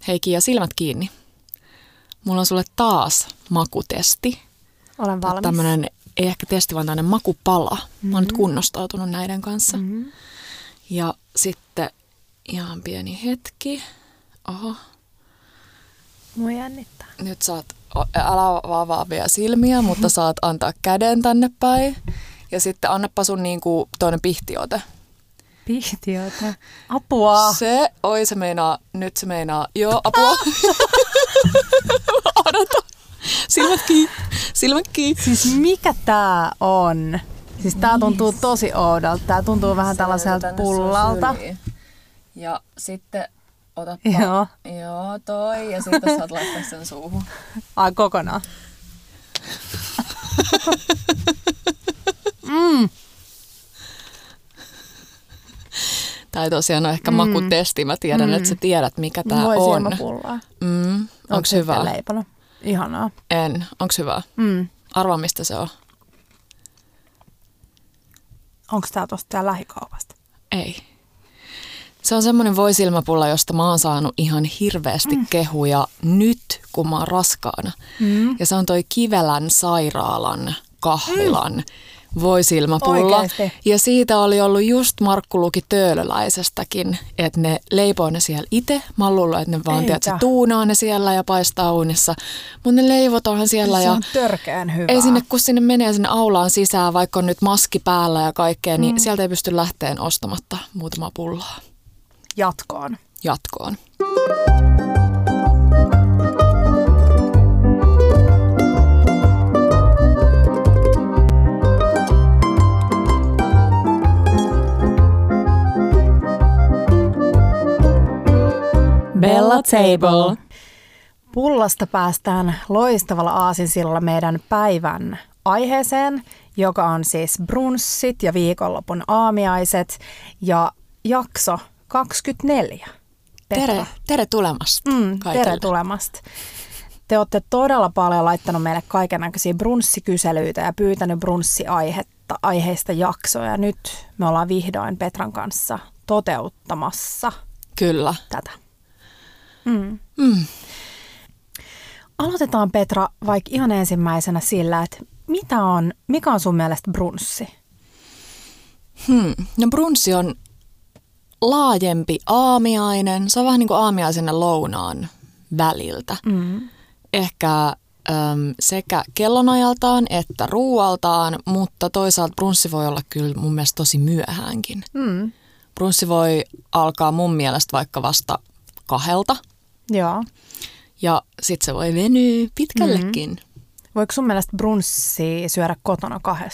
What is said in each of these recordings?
Heikki ja silmät kiinni. Mulla on sulle taas makutesti. Olen valmis. Tämmönen, ei ehkä testi, vaan tämmöinen makupala. Mä oon nyt kunnostautunut näiden kanssa. Ja sitten ihan pieni hetki. Oho. Mua jännittää. Nyt saat, älä avaa vielä silmiä, mutta saat antaa käden tänne päin. Ja sitten annappa sun niinku toinen pihtiote. Pihtiote? Apua! Nyt se meinaa. Joo, apua. Odota. Silmät kiinni. Siis mikä tää on? Siis tää tuntuu tosi oudolta. Tää tuntuu vähän tällaiselta pullalta. Ja sitten otappa. Joo, toi. Ja sitten saat laittaa sen suuhun. Ai kokonaan. Tää ei tosiaan ole ehkä makutesti. Mä tiedän, että sä tiedät, mikä tää on. Voi silmäpullaa. Onks hyvä? Leiponut? Ihanaa. En. Onks hyvä? Arvaa, mistä se on. Onko tää tosta tää lähikaupasta? Ei. Se on semmoinen voisilmäpulla, josta mä oon saanut ihan hirveästi kehuja nyt, kun mä oon raskaana. Ja se on toi Kivelän sairaalan kahvilan voisilmäpulla. Oikeesti? Ja siitä oli ollut just Markku luki Töölöläisestäkin, että ne leipoo ne siellä itse. Mä oon luullut, että ne vaan tuunaa ne siellä ja paistaa uunissa. Mutta ne leivotaan siellä. Se ja on törkeän hyvää. ei sinne, kun sinne menee sinne aulaan sisään, vaikka on nyt maski päällä ja kaikkea, niin sieltä ei pysty lähteen ostamatta muutamaa pullaa. Jatkoon. Bella Table. Pullasta päästään loistavalla aasinsillalla meidän päivän aiheeseen, joka on siis brunssit ja viikonlopun aamiaiset ja jakso 24. Tere tulemasta kaikille. Tere tulemasta. Te olette todella paljon laittanut meille kaikennäköisiä brunssikyselyitä ja pyytänyt brunssiaiheista jaksoja. Nyt me ollaan vihdoin Petran kanssa toteuttamassa Kyllä. tätä. Aloitetaan, Petra, vaikka ihan ensimmäisenä sillä, että mikä on sun mielestä brunssi? No brunssi on laajempi aamiainen. Se on vähän niin kuin aamiaisen ja lounaan väliltä. Ehkä sekä kellonajaltaan että ruualtaan, mutta toisaalta brunssi voi olla kyllä mun mielestä tosi myöhäänkin. Brunssi voi alkaa mun mielestä vaikka vasta 2. Joo. Ja sit se voi venyä pitkällekin. Voiko sun mielestä brunssia syödä kotona 2?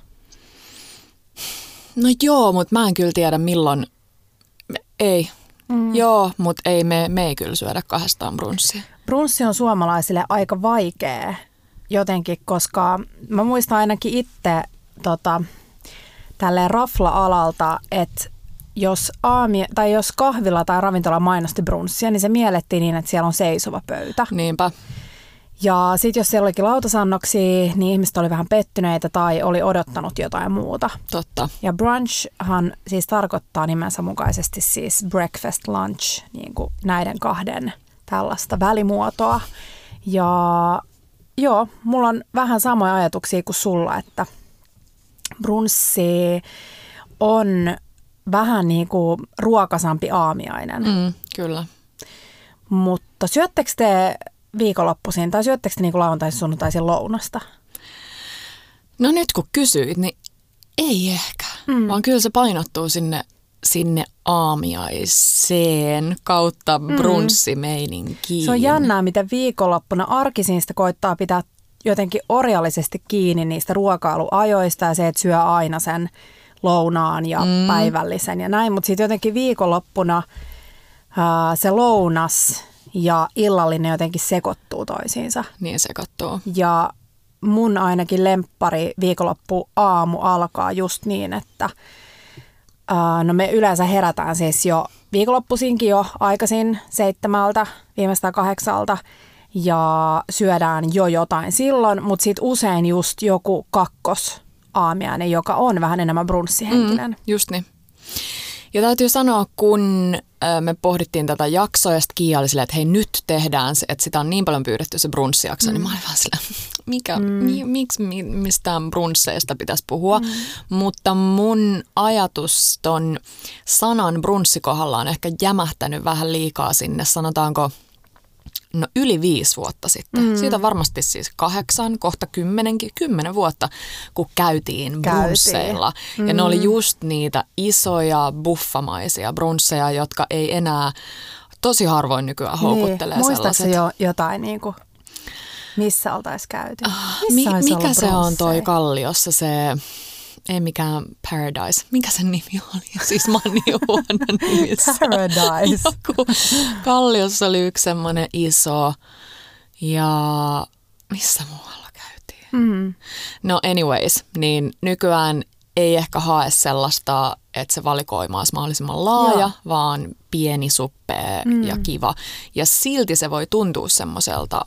No joo, mutta mä en kyllä tiedä milloin. Ei. Joo, mutta me ei kyllä syödä 2 brunssia. Brunssi on suomalaisille aika vaikea jotenkin, koska mä muistan ainakin itse tälleen rafla-alalta, että jos kahvila tai ravintola mainosti brunssia, niin se miellettiin niin, että siellä on seisova pöytä. Niinpä. Ja sitten jos siellä olikin lautasannoksia, niin ihmiset oli vähän pettyneitä tai oli odottanut jotain muuta. Totta. Ja brunchhan siis tarkoittaa nimensä mukaisesti siis breakfast, lunch, niin kuin näiden 2 tällaista välimuotoa. Ja joo, mulla on vähän samoja ajatuksia kuin sulla, että brunssi on vähän niin kuin ruokasampi aamiainen. Kyllä. Mutta syöttekö te viikonloppuisin tai syöttekö te niin kuin lauantaisin, sunnuntaisin lounasta? No nyt kun kysyit, niin ei ehkä, vaan kyllä se painottuu sinne aamiaiseen kautta brunssimeininkiin. Se on jännää, miten viikonloppuna arkisin sitä koittaa pitää jotenkin orjallisesti kiinni niistä ruokailuajoista ja se, että syö aina sen lounaan ja päivällisen ja näin. Mutta sitten jotenkin viikonloppuna se lounas ja illallinen jotenkin sekoittuu toisiinsa. Niin sekoittuu. Ja mun ainakin lemppari viikonloppu aamu alkaa just niin, että no me yleensä herätään siis jo viikonloppuisinkin jo aikaisin 7, viimeistään 8 ja syödään jo jotain silloin, mutta sitten usein just joku kakkosaamiainen, joka on vähän enemmän brunssihenkinen. Just niin. Ja täytyy sanoa, kun me pohdittiin tätä jaksoa ja sitten Kiia oli silleen, että hei nyt tehdään se, että sitä on niin paljon pyydetty se brunssijakso, niin mä olin vaan silleen, miksi mistään brunsseista pitäisi puhua, mutta mun ajatus ton sanan brunssi kohdalla on ehkä jämähtänyt vähän liikaa sinne, sanotaanko yli 5 vuotta sitten. Siitä on varmasti siis 8, kohta 10 vuotta, kun käytiin brunsseilla. Ja ne oli just niitä isoja buffamaisia brunsseja, jotka ei enää tosi harvoin nykyään houkuttelee sellaiset. Muistatko jo jotain, niin kuin, missä oltaisiin käyty? Mikä se on toi Kalliossa se... Ei mikään Paradise. Mikä sen nimi oli? Siis mä oon niin huono nimissä. Paradise. Joku Kalliossa oli yksi semmoinen iso. Ja missä muualla käytiin? No anyways, niin nykyään ei ehkä hae sellaista, että se valikoima olisi mahdollisimman laaja, vaan pieni, suppea ja kiva. Ja silti se voi tuntua semmoiselta,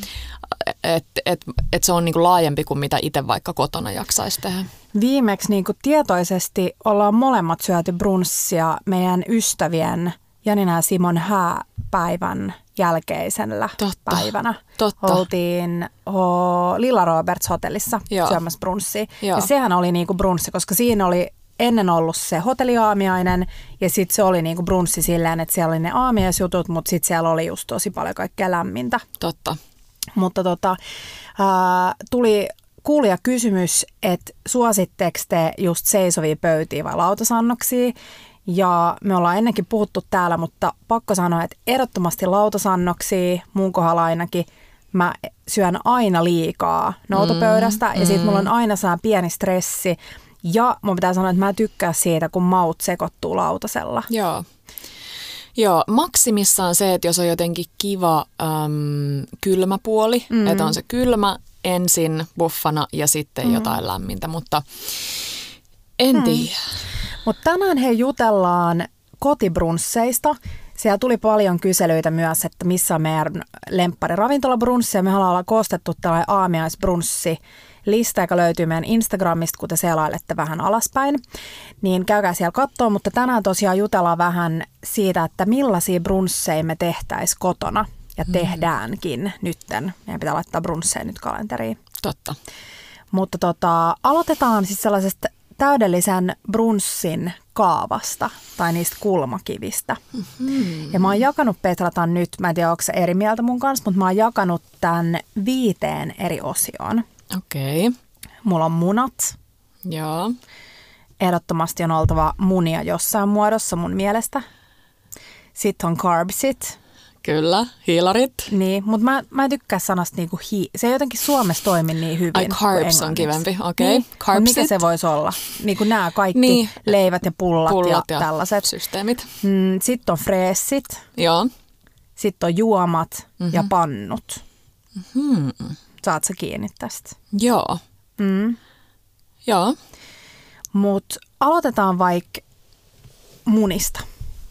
että se on niinku laajempi kuin mitä itse vaikka kotona jaksaisi tehdä. Viimeksi niinku tietoisesti ollaan molemmat syöty brunssia meidän ystävien Janina ja Simon hääpäivän jälkeisellä päivänä. Oltiin Lilla Roberts hotellissa syömässä brunssia. Ja sehän oli niinku brunssi, koska siinä oli ennen ollut se hotelliaamiainen ja sitten se oli niinku brunssi silleen, että siellä oli ne aamiaisjutut, mutta sitten siellä oli just tosi paljon kaikkea lämmintä. Totta. Mutta tuli kuulija kysymys, että suositteko te just seisovia pöytiä vai lautasannoksia? Ja me ollaan ennenkin puhuttu täällä, mutta pakko sanoa, että ehdottomasti lautasannoksia, mun kohdalla ainakin, mä syön aina liikaa noutopöydästä ja siitä mulla on aina saa pieni stressi. Ja mun pitää sanoa, että mä tykkään siitä, kun maut sekoittuu lautasella. Joo, maksimissaan se, että jos on jotenkin kiva kylmä puoli, että on se kylmä ensin buffana ja sitten jotain lämmintä, mutta en tiedä. Mutta tänään he jutellaan kotibrunsseista. Siellä tuli paljon kyselyitä myös, että missä on meidän lemppari ravintolabrunssi ja me ollaan koostettu tällainen aamiaisbrunssi lista, joka löytyy meidän Instagramista, kun te selailette vähän alaspäin, niin käykää siellä katsoa, mutta tänään tosiaan jutellaan vähän siitä, että millaisia brunsseja me tehtäisiin kotona ja tehdäänkin nytten. Meidän pitää laittaa brunsseja nyt kalenteriin. Totta. Mutta aloitetaan siis sellaisesta täydellisen brunssin kaavasta tai niistä kulmakivistä. Ja mä oon jakanut Petratan nyt, mä en tiedä, onko se eri mieltä mun kanssa, mutta mä oon jakanut tämän 5 eri osioon. Okei. Mulla on munat. Joo. Ehdottomasti on oltava munia jossain muodossa mun mielestä. Sitten on carbsit. Kyllä, hiilarit. Niin, mutta mä en tykkää sanasta niinku se ei jotenkin Suomessa toimi niin hyvin. Ai carbs on kivempi, okei. Niin. Mikä se voisi olla? Niinku nämä kaikki leivät ja pullat ja tällaiset. Systeemit. Sitten on freessit. Joo. Sitten on juomat ja pannut. Saat sä kiinni tästä? Joo. Joo. Mut aloitetaan vaikka munista.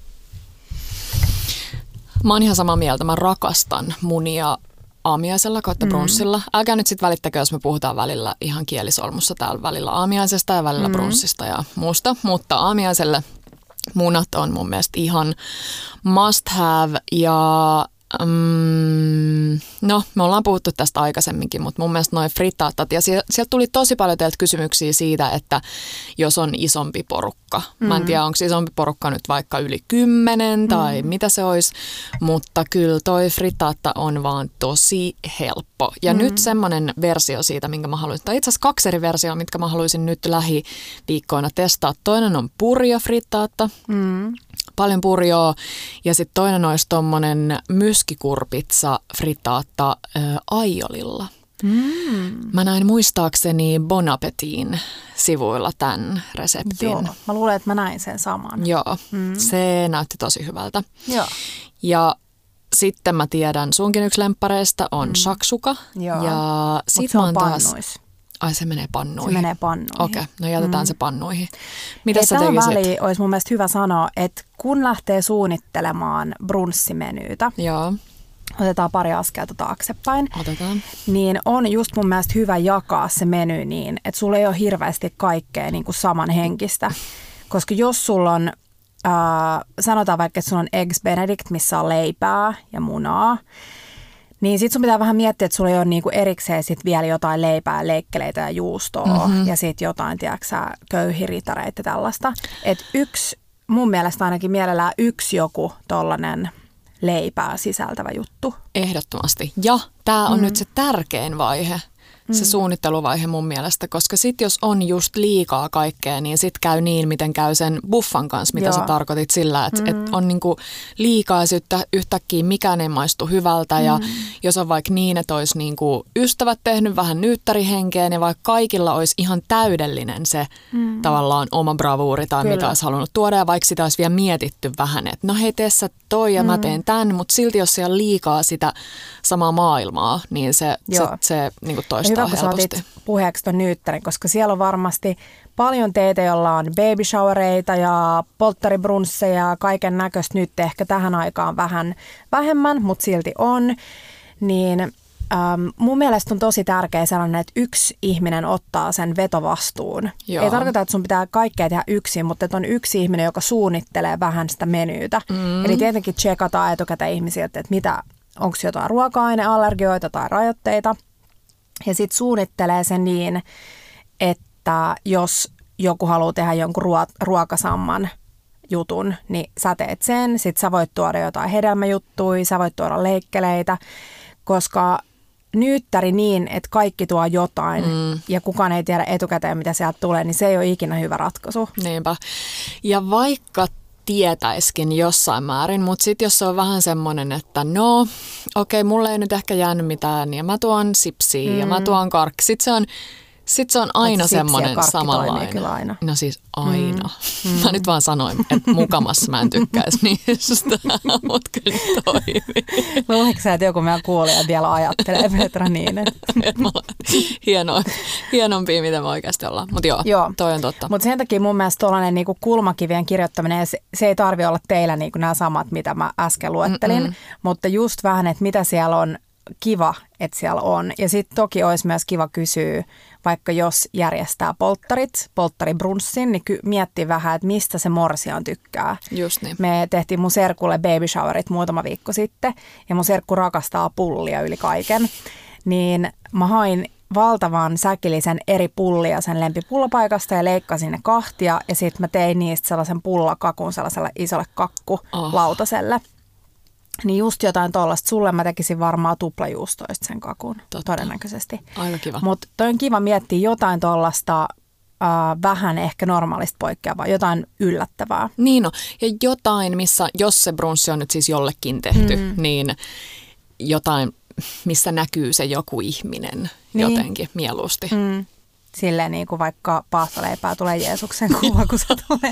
Mä oon ihan samaa mieltä. Mä rakastan munia aamiaisella kautta brunssilla. Älkää nyt sit välittäkö, jos me puhutaan välillä ihan kielisolmussa täällä välillä aamiaisesta ja välillä brunssista ja muusta. Mutta aamiaiselle munat on mun mielestä ihan must have ja... No, me ollaan puhuttu tästä aikaisemminkin, mutta mun mielestä noi frittaatat, ja sieltä tuli tosi paljon teiltä kysymyksiä siitä, että jos on isompi porukka. Mä en tiedä, onko isompi porukka nyt vaikka yli 10 tai mitä se olisi, mutta kyllä toi frittaatta on vaan tosi helppo. Ja nyt semmoinen versio siitä, minkä mä haluaisin, tai itse asiassa 2 eri versioa, mitkä mä haluaisin nyt lähiviikkoina testaa. Toinen on purjo frittaatta. Paljon purjoa ja sitten toinen olisi tommonen myskikurpitsa frittaatta aiolilla. Mä näin muistaakseni Bon Appétin sivuilla tämän reseptin. Joo, mä luulen, että mä näin sen saman. Joo, se näytti tosi hyvältä. Joo. Ja sitten mä tiedän sunkin yksi lemppareista on shakshuka. Joo, ja sit se mä on oon taas... pannuis. Ai se menee pannuihin? Se menee pannuihin. Okei, no jätetään se pannuihin. Mitä sä tekisit? tekisit? Väliin olisi mun mielestä hyvä sanoa, että kun lähtee suunnittelemaan brunssimenyytä, otetaan pari askelta taaksepäin, niin on just mun mielestä hyvä jakaa se meny niin, että sulla ei ole hirveästi kaikkea niin kuin samanhenkistä. Koska jos sulla on sanotaan vaikka, että sulla on Eggs Benedict, missä on leipää ja munaa, niin sit sun pitää vähän miettiä, että sulla ei ole niinku erikseen sit vielä jotain leipää, leikkeleitä ja juustoa ja sit jotain, tiedäksä, köyhiritareita tällaista. Että mun mielestä ainakin mielellään joku tollanen leipää sisältävä juttu. Ehdottomasti. Ja tämä on nyt se tärkein vaihe, se suunnitteluvaihe mun mielestä, koska sit jos on just liikaa kaikkea, niin sit käy niin, miten käy sen buffan kanssa, mitä sä tarkoitit sillä, että et on niinku liikaa yhtäkkiä mikään ei maistu hyvältä ja jos on vaikka niin, että olisi niinku ystävät tehnyt vähän nyyttärihenkeen ja vaikka kaikilla olisi ihan täydellinen se tavallaan oma bravuuri tai mitä olisi halunnut tuoda ja vaikka sitä olisi vielä mietitty vähän, että no hei tee sä toi ja mä teen tän, mutta silti jos siellä on liikaa sitä samaa maailmaa, niin se niinku toistaa hyvä, kun sä otit puheeksi ton nyyttärin, koska siellä on varmasti paljon teitä, joilla on baby showereita ja polttaribrunseja ja kaiken näköistä. Nyt ehkä tähän aikaan vähän vähemmän, mutta silti on. Niin mun mielestä on tosi tärkeä sellainen, että yksi ihminen ottaa sen vetovastuun. Joo. Ei tarkoita, että sun pitää kaikkea tehdä yksin, mutta että on yksi ihminen, joka suunnittelee vähän sitä menyytä. Eli tietenkin tsekataan etukäteen ihmisiltä, että onko jotain ruoka-aineallergioita tai rajoitteita. Ja sitten suunnittelee sen niin, että jos joku haluaa tehdä jonkun ruokasamman jutun, niin sä teet sen. Sitten sä voit tuoda jotain hedelmäjuttuja, sä voit tuoda leikkeleitä, koska nyyttäri niin, että kaikki tuo jotain ja kukaan ei tiedä etukäteen, mitä sieltä tulee, niin se ei ole ikinä hyvä ratkaisu. Niinpä. Ja vaikka tietäiskin jossain määrin, mutta sitten jos se on vähän semmoinen, että no, okei, mulle ei nyt ehkä jäänyt mitään ja mä tuon sipsiä ja mä tuon karkki. Sitten se on aina semmoinen samanlainen. Aina. No siis aina. Mä nyt vaan sanoin, että mukamassa mä en tykkäisi niistä, mutta kyllä toimii. Luuletko sä, että joku meidän kuulija vielä ajattelee Petra niin? Että me ollaan hienompia, mitä me oikeasti ollaan. Mutta joo, toi on totta. Mutta sen takia mun mielestä tuollainen niinku kulmakivien kirjoittaminen, se ei tarvitse olla teillä niinku nämä samat, mitä mä äsken luettelin. Mutta just vähän, että mitä siellä on kiva, että siellä on. Ja sitten toki olisi myös kiva kysyä, vaikka jos järjestää polttaribrunssin, niin miettii vähän, että mistä se morsian tykkää. Just niin. Me tehtiin mun serkulle baby showerit muutama viikko sitten, ja mun serkku rakastaa pullia yli kaiken. Niin mä hain valtavan säkillisen eri pullia sen lempipullapaikasta ja leikkasin ne kahtia, ja sitten mä tein niistä sellaisen pullakakun sellaiselle isolle kakkulautaselle. Niin just jotain tollaista. Sulle mä tekisin varmaan tuplajuustoista sen kakun. Totta. Todennäköisesti. Aika kiva. Mutta toi on kiva miettiä jotain tollasta vähän ehkä normaalista poikkeavaa, jotain yllättävää. Niin no, ja jotain, missä, jos se brunssi on nyt siis jollekin tehty, niin jotain, missä näkyy se joku ihminen jotenkin mieluusti. Silleen niin kuin vaikka paahtoleipää tulee Jeesuksen kuva, kun se tulee.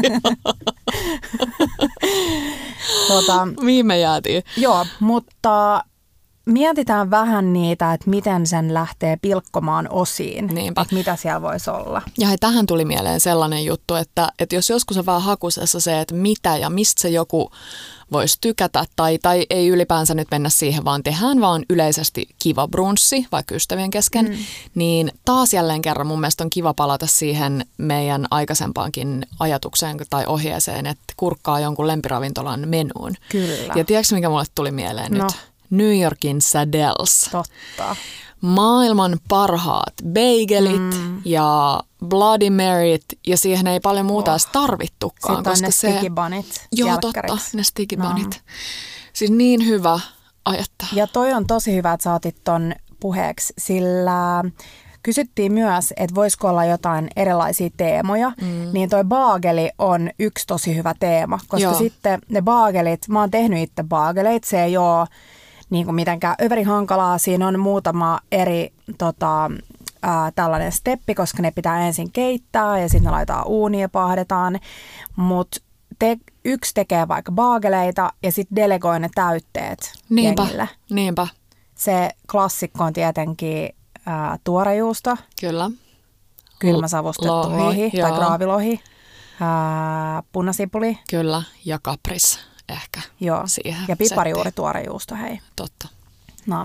Mihin me jäätiin? Joo, mutta mietitään vähän niitä, että miten sen lähtee pilkkomaan osiin. Niinpä. Että mitä siellä voisi olla. Ja hei, tähän tuli mieleen sellainen juttu, että jos joskus on vähän hakusessa se, että mitä ja mistä se joku voisi tykätä tai ei ylipäänsä nyt mennä siihen, vaan tehdään vaan yleisesti kiva brunssi, vaikka ystävien kesken, niin taas jälleen kerran mun mielestä on kiva palata siihen meidän aikaisempaankin ajatukseen tai ohjeeseen, että kurkkaa jonkun lempiravintolan menuun. Kyllä. Ja tiedätkö, mikä mulle tuli mieleen nyt? New Yorkin Sadells. Totta. Maailman parhaat bagelit ja Bloody Maryt ja siihen ei paljon muuta edes tarvittukaan. Sitten on ne sticky bunit. Joo, totta, ne sticky bunit. Siis niin hyvä ajattaa. Ja toi on tosi hyvä, että sä otit ton puheeksi, sillä kysyttiin myös, että voisiko olla jotain erilaisia teemoja, niin toi baageli on yksi tosi hyvä teema, koska sitten ne baagelit, mä oon tehnyt itse baageleita, se ei ole niin kuin mitenkään hankalaa. Siinä on muutama eri tällainen steppi, koska ne pitää ensin keittää ja sitten ne laitetaan uuniin ja paahdetaan. Mutta yksi tekee vaikka baageleita ja sitten delegoi ne täytteet jengille. Niinpä. Se klassikko on tietenkin tuorejuusto. Kyllä. Kylmäsavustettu lohi tai graavilohi. Punasipuli. Kyllä, ja kapris ehkä. Joo, siihen ja piparijuurituorejuusto, hei. Totta. Naama.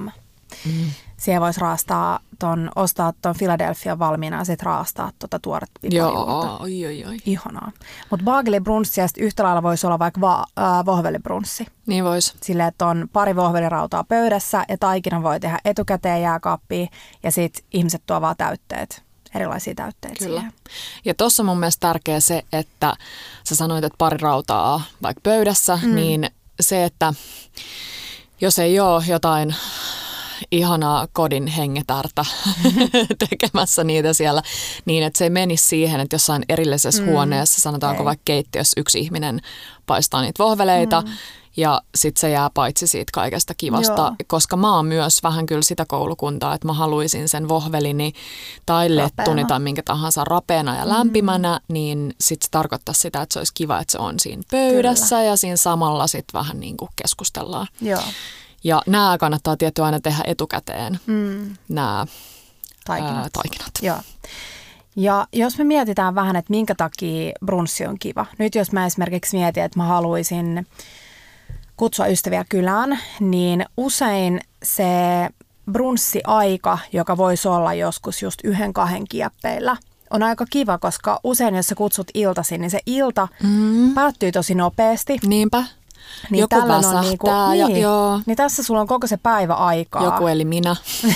Siihen voisi ostaa ton Philadelphia valmiina ja sitten raastaa tuoretta piparjuurta. Joo, oi. Ihanaa. Mutta bagelibrunssi ja sitten yhtä lailla voisi olla vaikka vohvelibrunssi. Niin voisi. Silleen, että on pari vohvelirautaa pöydässä ja taikina voi tehdä etukäteen jääkaappiin ja sitten ihmiset tuo vaan täytteet. Erilaisia täytteitä. Kyllä. Siihen. Ja tuossa mun mielestä tärkeä se, että sä sanoit, että pari rautaa vaikka pöydässä, niin se, että jos ei ole jotain ihanaa kodin hengetärtä tekemässä niitä siellä, niin että se ei menisi siihen, että jossain erillisessä huoneessa, sanotaanko vaikka keittiössä yksi ihminen paistaa niitä vohveleita, ja sitten se jää paitsi siitä kaikesta kivasta, Joo. koska mä oon myös vähän kyllä sitä koulukuntaa, että mä haluaisin sen vohvelini tai lettuni tai minkä tahansa rapeena ja lämpimänä, niin sitten se tarkoittaa sitä, että se olisi kiva, että se on siinä pöydässä kyllä. Ja siinä samalla sitten vähän niin kuin keskustellaan. Joo. Ja nämä kannattaa tietysti aina tehdä etukäteen, nämä taikinat. Joo. Ja jos me mietitään vähän, että minkä takia brunssi on kiva. Nyt jos mä esimerkiksi mietin, että mä haluaisin kutsua ystäviä kylään, niin usein se brunssiaika, joka voisi olla joskus just 1-2 kieppeillä, on aika kiva, koska usein jos sä kutsut iltaisin, niin se ilta päättyy tosi nopeasti. Niinpä. Niin joku väsähtää. Niin tässä sulla on koko se päivä aikaa. Joku eli minä.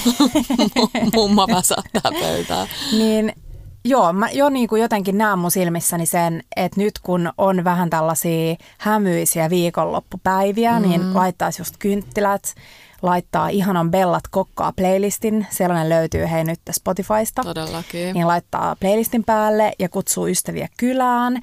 Mumma väsähtää pöytään. Niin joo, mä jo niin kuin jotenkin näen mun silmissäni sen, että nyt kun on vähän tällaisia hämyisiä viikonloppupäiviä, niin laittaisi just kynttilät, laittaa ihanan Bellat kokkaa playlistin, sellainen löytyy hei nyt Spotifysta. Todellakin. Niin laittaa playlistin päälle ja kutsuu ystäviä kylään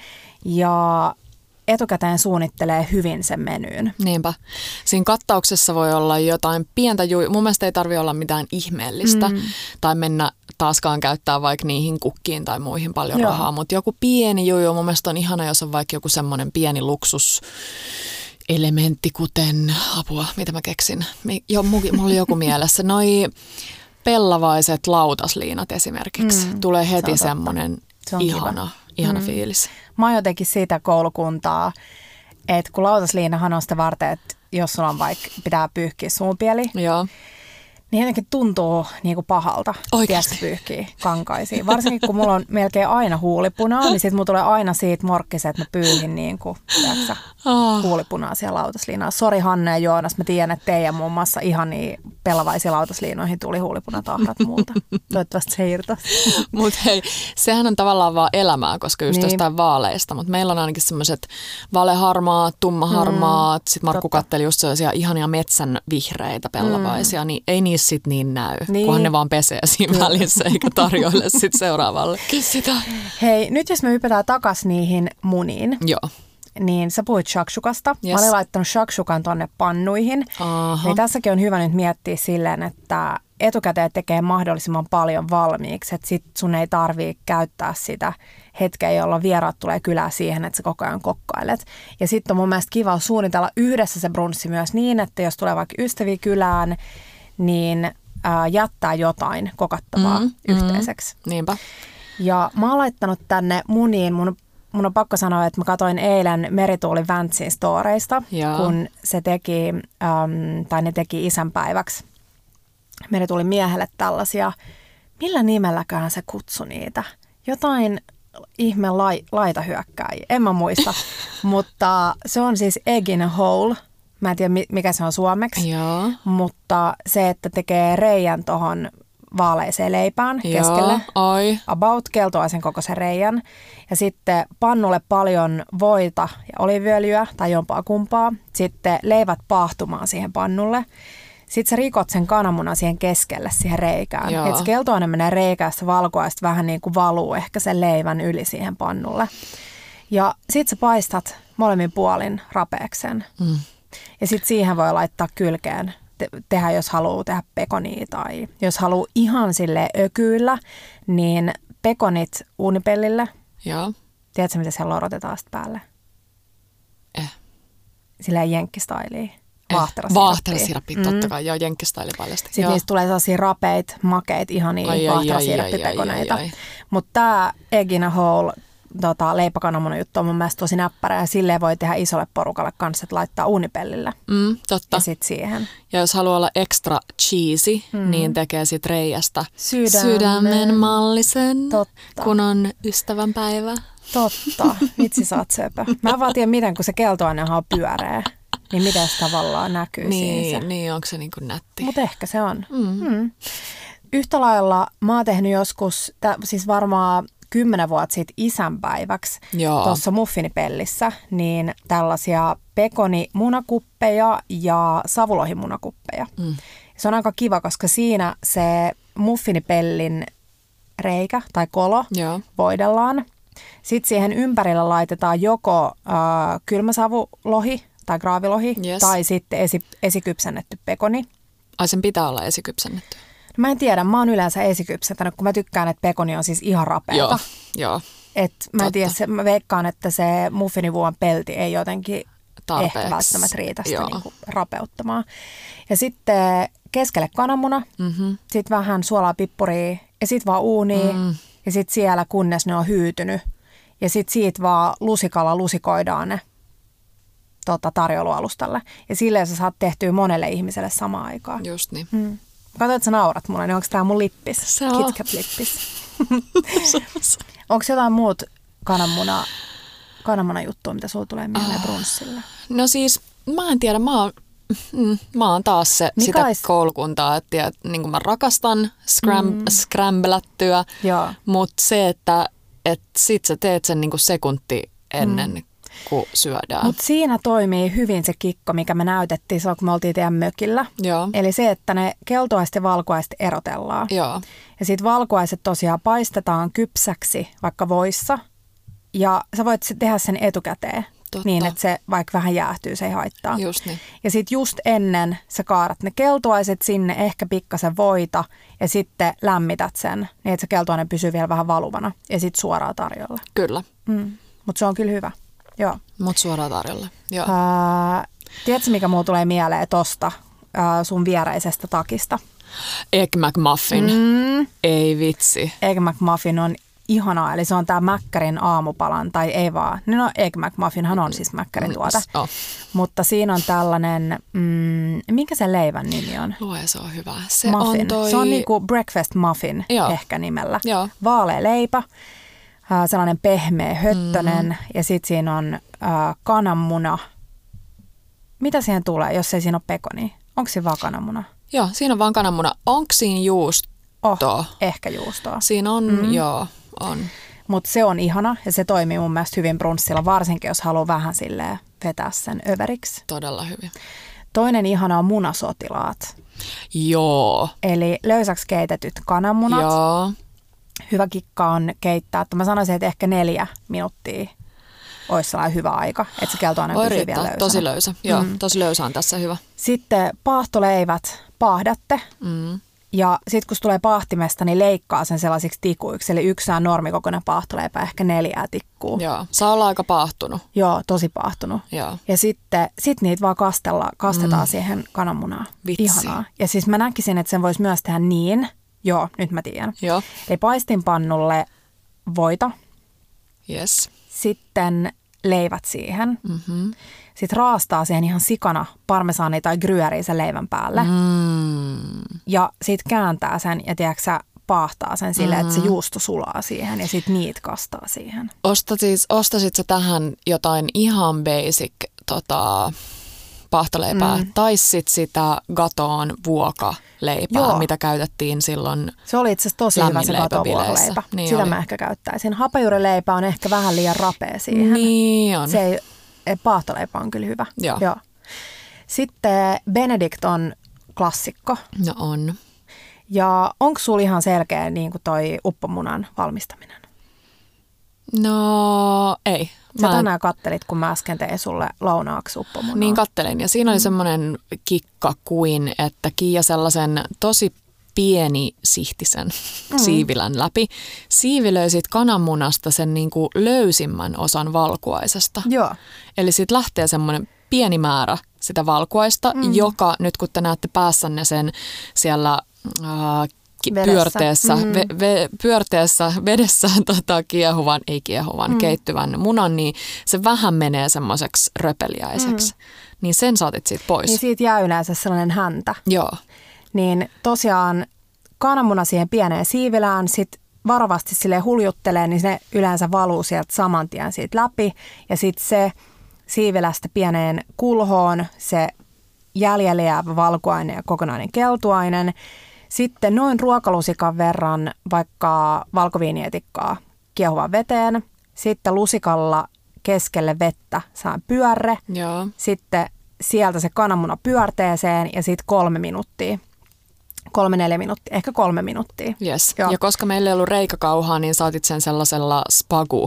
ja etukäteen suunnittelee hyvin sen menyyn. Niinpä. Siinä kattauksessa voi olla jotain pientä mun mielestä ei tarvitse olla mitään ihmeellistä tai mennä taaskaan käyttää vaikka niihin kukkiin tai muihin paljon rahaa, mutta joku pieni juju, mun mielestä on ihana, jos on vaikka joku semmoinen pieni luksuselementti, kuten apua, mitä mä keksin. Mulla oli joku mielessä. Noi pellavaiset lautasliinat esimerkiksi. Tulee heti semmoinen ihana fiilis. Mä oon jotenkin siitä koulukuntaa, että kun lautasliinahan on sitä varten, että jos sulla on vaikka pitää pyyhkiä suunpieli, niin jotenkin tuntuu niin kuin pahalta pyyhkiä kankaisiin. Varsinkin kun mulla on melkein aina huulipunaa, niin sit mulla tulee aina siitä morkkisen, että mä pyyhin niin kuin, huulipunaa siellä lautasliinaa. Sori Hanne ja Joonas, mä tiedän, että teidän muun muassa ihania pelavaisia lautasliinoihin tuli huulipunatahrat multa. Toivottavasti se irtosi. Mutta hei, sehän on tavallaan vaan elämää, koska just jostain vaaleista. Mutta meillä on ainakin semmoiset valeharmaat, tummaharmaat. Sitten Markku katteli just sellaisia ihania metsän vihreitä pellavaisia, niin ei niissä sit niin näy, kunhan ne vaan pesee siinä välissä eikä tarjoile sit seuraavalle. Kissitä. Hei, nyt jos me hypätään takas niihin muniin, niin sä puhuit shakshukasta. Yes. Mä olin laittanut shakshukan tonne pannuihin. Niin tässäkin on hyvä nyt miettiä silleen, että etukäteen tekee mahdollisimman paljon valmiiksi, että sit sun ei tarvii käyttää sitä hetkeä, jolloin vieraat tulee kylään siihen, että sä koko ajan kokkailet. Ja sitten on mun mielestä kiva suunnitella yhdessä se brunssi myös niin, että jos tulee vaikka ystäviä kylään, niin jättää jotain kokattavaa yhteiseksi. Niinpä. Ja mä oon laittanut tänne muniin, mun on pakko sanoa, että mä katsoin eilen Merituuli Vantsin storeista, kun se teki, tai ne teki isänpäiväksi Merituuli miehelle tällaisia, millä nimelläkään se kutsui niitä? Jotain ihme laitahyökkääjiä, en mä muista, mutta se on siis egg in a hole. Mä en tiedä, mikä se on suomeksi, mutta se, että tekee reijän tuohon vaaleiseen leipään keskelle, about keltoaisen kokoisen reijän, ja sitten pannulle paljon voita ja oliiviöljyä tai jompaa kumpaa, sitten leivät paahtumaan siihen pannulle, sitten sä rikot sen kananmunan siihen keskelle, siihen reikään, että se keltoainen menee reikään, sitä valkoa, ja sitten vähän niin kuin valuu ehkä sen leivän yli siihen pannulle, ja sitten sä paistat molemmin puolin rapeeksen. Ja sitten siihen voi laittaa kylkeen, tehdä jos haluaa tehdä pekonia tai jos haluaa ihan silleen ökyillä, niin pekonit uunipellille. Joo. Tiedätkö, mitä siellä lorotetaan sitten päälle? Silleen jenkkistailiin. Vaahterasirappi, totta kai. Joo, jenkkistaili paljasti. Sitten niistä tulee sellaisia rapeit, makeit, ihania vaahterasirappipekoneita. Mutta tämä egg in a hole leipäkananmunajuttu on mun mielestä tosi näppärä ja silleen voi tehdä isolle porukalle kanssa, että laittaa uunipellille. Totta. Ja sit siihen. Ja jos haluaa olla extra cheesy, niin tekee sit reiästä sydämen mallisen, kun on ystävänpäivä. Totta. Vitsi sä oot söpö. Mä en vaan tiedä miten, kun se keltoainehan on pyöreä. Niin miten se tavallaan näkyy siinä. Niin, onko se niin kuin nätti? Mutta ehkä se on. Yhtä lailla mä oon tehnyt joskus, siis varmaan 10 vuotta sitten isänpäiväksi tuossa muffinipellissä, niin tällaisia pekonimunakuppeja ja savulohimunakuppeja. Se on aika kiva, koska siinä se muffinipellin reikä tai kolo voidellaan. Sitten siihen ympärillä laitetaan joko kylmäsavulohi tai graavilohi tai sitten esikypsennetty pekoni. Ai sen pitää olla esikypsennetty? Mä en tiedä, mä oon yleensä esikypsentänyt, kun mä tykkään, että pekoni on siis ihan rapeata. Joo. Mä en tiedä, mä veikkaan, että se muffinivuon pelti ei jotenkin tarpeeksi ehkä välttämättä riitä sitä niinku rapeuttamaan. Ja sitten keskelle kananmuna, sitten vähän suolaa, pippuria ja sitten vaan uuniin ja sitten siellä kunnes ne on hyytynyt. Ja sitten siitä vaan lusikalla lusikoidaan ne tarjoilualustalle. Ja silleen sä saat tehtyä monelle ihmiselle samaan aikaan. Just niin. Kato, että sä naurat mulle, niin onko tää mun lippis? Se on. KitKat-lippis. Onko jotain muut kananmuna juttua, mitä sulla tulee mieleen brunssille? No siis, mä en tiedä, mä oon taas sitä koulukuntaa, että niin kuin mä rakastan scramblättyä, mutta se, että sit sä teet sen niin kuin sekunti ennen kun syödään. Mutta siinä toimii hyvin se kikko, mikä me näytettiin silloin, kun me oltiin teidän mökillä. Joo. Eli se, että ne keltoaiset ja valkuaiset erotellaan. Joo. Ja sitten valkuaiset tosiaan paistetaan kypsäksi vaikka voissa. Ja sä voit tehdä sen etukäteen. Totta. Niin, että se vaikka vähän jäähtyy, se ei haittaa. Just niin. Ja sitten just ennen sä kaarat ne keltuaiset sinne, ehkä pikkasen voita ja sitten lämmität sen, niin että se keltuaine pysyy vielä vähän valuvana ja sitten suoraan tarjolla. Kyllä. Mutta se on kyllä hyvä. Joo. Mut suoraan tarjolla. Joo. Tiedätkö, mikä mulla tulee mieleen tosta sun viereisestä takista? Egg McMuffin. Ei vitsi. Egg McMuffin on ihanaa, eli se on tää Mäkkärin aamupalan, tai ei vaan. No Egg McMuffinhan on siis Mäkkärin tuote. Mutta siinä on tällainen, mikä se leivän nimi on? Lue, se on hyvä. Se on niinku breakfast muffin ehkä nimellä. Joo. Vaalea leipä, sellainen pehmeä höttönen ja sitten siinä on kananmuna. Mitä siihen tulee, jos ei siinä ole pekonia? Onko siinä vaan kananmuna? Joo, siinä on vaan kananmuna. Onko siinä juustoa? Ehkä juustoa. Siinä on, joo, on. Mutta se on ihana ja se toimii mun mielestä hyvin brunssilla, varsinkin jos haluaa vähän silleen vetää sen överiksi. Todella hyvin. Toinen ihana on munasotilaat. Joo. Eli löysäksi keitetyt kananmunat. Joo. Hyvä kikka on keittää, että mä sanoisin, että ehkä 4 minuuttia olisi sellainen hyvä aika, että se keltoaine pysyy vielä löysänä. Tosi löysä. Joo, tosi löysä on tässä hyvä. Sitten paahtoleivät paahdatte. Ja sitten kun se tulee paahtimesta, niin leikkaa sen sellaisiksi tikuiksi. Eli yksi on normikokoinen paahtoleipä, ehkä 4 tikkuu. Joo, saa olla aika paahtunut. Joo, tosi paahtunut. Joo. Ja sitten niitä vaan kastetaan siihen kananmunaan. Vitsi. Ihanaa. Ja siis mä näkisin, että sen voisi myös tehdä niin. Joo, nyt mä tiedän. Joo. Eli paistinpannulle voita. Yes. Sitten leivät siihen. Sitten raastaa siihen ihan sikana parmesaania tai gruyeriä sen leivän päälle. Ja sitten kääntää sen ja tiedätkö, paahtaa sen silleen, että se juusto sulaa siihen ja sitten niitä kastaa siihen. Ostasit sä tähän jotain ihan basic paahtoleipää tai sit sitä Gatoon vuokaleipää, mitä käytettiin silloin. Se oli itse asiassa tosi hyvä se Gatoon vuokaleipä. Niin sitä oli. Mä ehkä käyttäisin. Hapajuurileipä on ehkä vähän liian rapea siihen. Niin on. Paahtoleipä on kyllä hyvä. Joo. Sitten Benedict on klassikko. No on. Ja onko sulla ihan selkeä niin kuin toi uppomunan valmistaminen? No ei. Sä tänään kattelit, kun mä äsken tein sulle lounaaksi uppomunaa. Niin kattelin ja siinä oli semmoinen kikka kuin, että Kiia sellaisen tosi pieni sihtisen siivilän läpi. Siivilöi siitä kananmunasta sen niin kuin löysimmän osan valkuaisesta. Joo. Eli siitä lähtee semmoinen pieni määrä sitä valkuaista, joka nyt kun te näette päässänne sen siellä pyörteessä vedessä kiehuvan, keittyvän munan, niin se vähän menee semmoiseksi röpeliäiseksi. Niin sen saatit siitä pois. Niin siitä jää yleensä sellainen häntä. Joo. Niin tosiaan kananmuna siihen pieneen siivilään, sit varovasti silleen huljuttelee, niin se yleensä valuu sieltä saman tien siitä läpi. Ja sitten se siivilästä pieneen kulhoon, se jäljelle jäävä valkuaine ja kokonainen keltuainen. Sitten noin ruokalusikan verran vaikka valkoviinietikkaa kiehuvaan veteen. Sitten lusikalla keskelle vettä saa pyörre. Joo. Sitten sieltä se kananmuna pyörteeseen ja sitten 3 minuuttia. 3-4 minuuttia, ehkä 3 minuuttia. Yes. Ja koska meillä ei ollut reikäkauhaa, niin saatit sen sellaisella spagu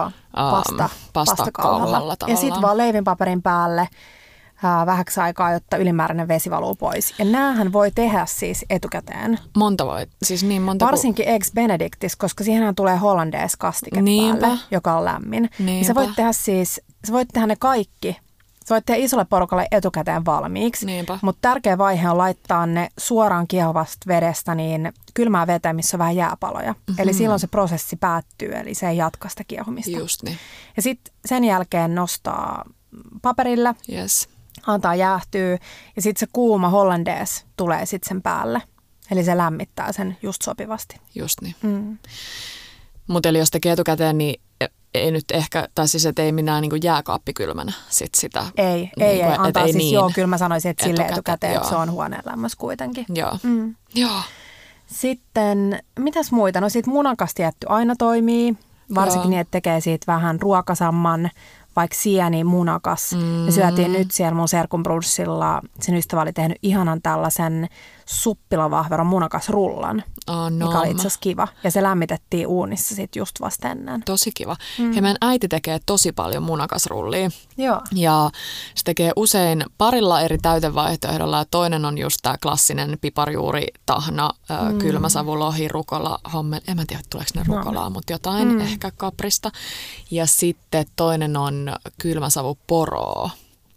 pastakauhalla tavallaan. Ja sitten vaan leivinpaperin päälle vähäksi aikaa, jotta ylimääräinen vesi valuu pois. Ja näähän voi tehdä siis etukäteen. Monta voi, siis niin monta. Varsinkin Eggs Benedictis, koska siihenhän tulee hollandaise kastike päälle, joka on lämmin. Ja sä voit tehdä ne kaikki. Sä voit tehdä isolle porukalle etukäteen valmiiksi, mutta tärkeä vaihe on laittaa ne suoraan kiehuvasta vedestä niin kylmää veteen, missä on vähän jääpaloja. Eli silloin se prosessi päättyy, eli se ei jatka sitä kiehumista. Just niin. Ja sitten sen jälkeen nostaa paperille, antaa jäähtyä ja sitten se kuuma hollandaise tulee sitten sen päälle. Eli se lämmittää sen just sopivasti. Just niin. Mutta eli jos tekee etukäteen, niin ei nyt ehkä, tai siis et ei minä niin kuin jääkaappikylmänä sit sitä. Ei, antaa siis niin. Joo, kyllä mä sanoisin, että sille etukäteen, että se on huoneen lämmössä kuitenkin. Joo. Joo. Sitten, mitäs muita? No sit munakastijätty aina toimii, varsinkin niin, että tekee siitä vähän ruokasamman, vaikka sieni munakas. Me syötiin nyt siellä mun serkun brunssilla, sen ystävä oli tehnyt ihanan tällaisen suppilavahveron munakasrullan, mikä oli itse asiassa kiva. Ja se lämmitettiin uunissa sitten just vasta ennen. Tosi kiva. Ja meidän äiti tekee tosi paljon munakasrullia. Joo. Ja se tekee usein parilla eri täytevaihtoehdolla. Ja toinen on just tämä klassinen piparjuuri, tahna, kylmäsavulohi, rukola, hommel. En mä tiedä, tuleeko ne rukolaa, mutta jotain ehkä kaprista. Ja sitten toinen on kylmäsavuporoa.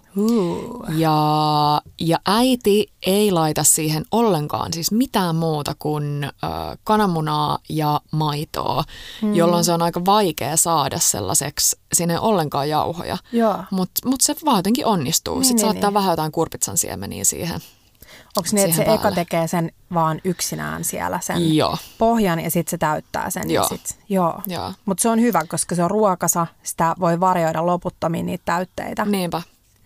Ja äiti ei laita siihen ollenkaan siis mitään muuta kuin kananmunaa ja maitoa, jolloin se on aika vaikea saada sellaiseksi, siinä ei ollenkaan jauhoja, mutta se vaan jotenkin onnistuu. Sitten saattaa vähän jotain kurpitsan siemeniä siihen. Onko niin, että se eka tekee sen vaan yksinään siellä sen pohjan ja sitten se täyttää sen? Joo. Mutta se on hyvä, koska se on ruokasa, sitä voi varjoida loputtomiin niitä täytteitä. Niinpä.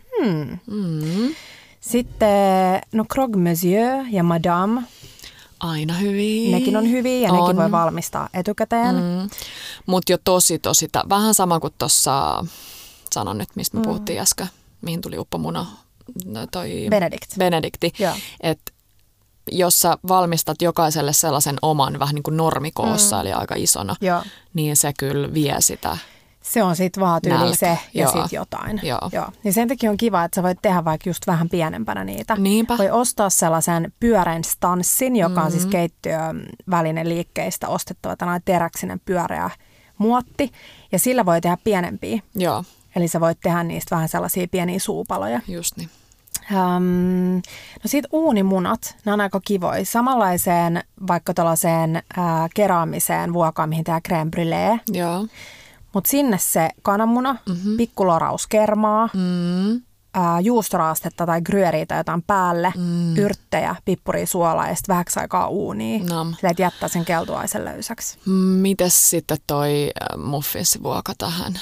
Sitten, Croque Monsieur ja Madame. Aina hyviä. Nekin on hyviä ja nekin voi valmistaa etukäteen. Mutta jo tosi, vähän sama kuin tuossa, sanon nyt mistä me puhuttiin äsken, mihin tuli uppomuna, Benedikti. Että jos sä valmistat jokaiselle sellaisen oman vähän niin kuin normikoossa, eli aika isona, niin se kyllä vie sitä. Se on sitten vaan tyyli se ja sitten jotain. Joo. Niin sen takia on kiva, että sä voit tehdä vaikka just vähän pienempänä niitä. Niinpä. Voi ostaa sellaisen pyöreän stanssin, joka on siis keittiövälinen-liikkeistä ostettava tällainen teräksinen pyöreä muotti. Ja sillä voi tehdä pienempiä. Joo. Eli sä voit tehdä niistä vähän sellaisia pieniä suupaloja. Just niin. No sit uunimunat, ne on aika kivoja. Samanlaiseen vaikka tällaiseen keraamiseen vuokaan, mihin tehdään crème brûlée. Joo. Mutta sinne se kananmuna, pikkulorauskermaa, juustoraastetta tai gruyeriä tai jotain päälle, yrttejä, pippuria, suolaa ja sitten vähäksi aikaa uunia. Sillä et jättää sen keltuaisen löysäksi. Mites sitten toi muffinsivuoka tähän?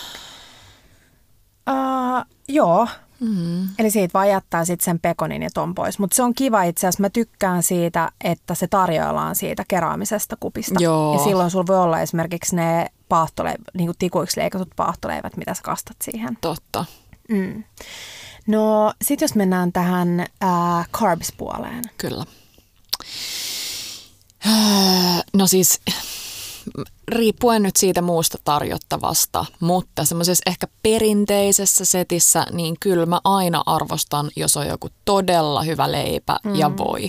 Joo. Eli siitä vaan jättää sitten sen pekonin ja ton pois. Mutta se on kiva itse asiassa. Mä tykkään siitä, että se tarjoillaan siitä keraamisesta kupista. Joo. Ja silloin sulla voi olla esimerkiksi ne niin kuin tikuiksi leikatut paahtoleivät, mitä sä kastat siihen. Totta. No sit jos mennään tähän carbs-puoleen. Kyllä. No siis riippuen nyt siitä muusta tarjottavasta, mutta semmoisessa ehkä perinteisessä setissä, niin kyllä mä aina arvostan, jos on joku todella hyvä leipä ja voi.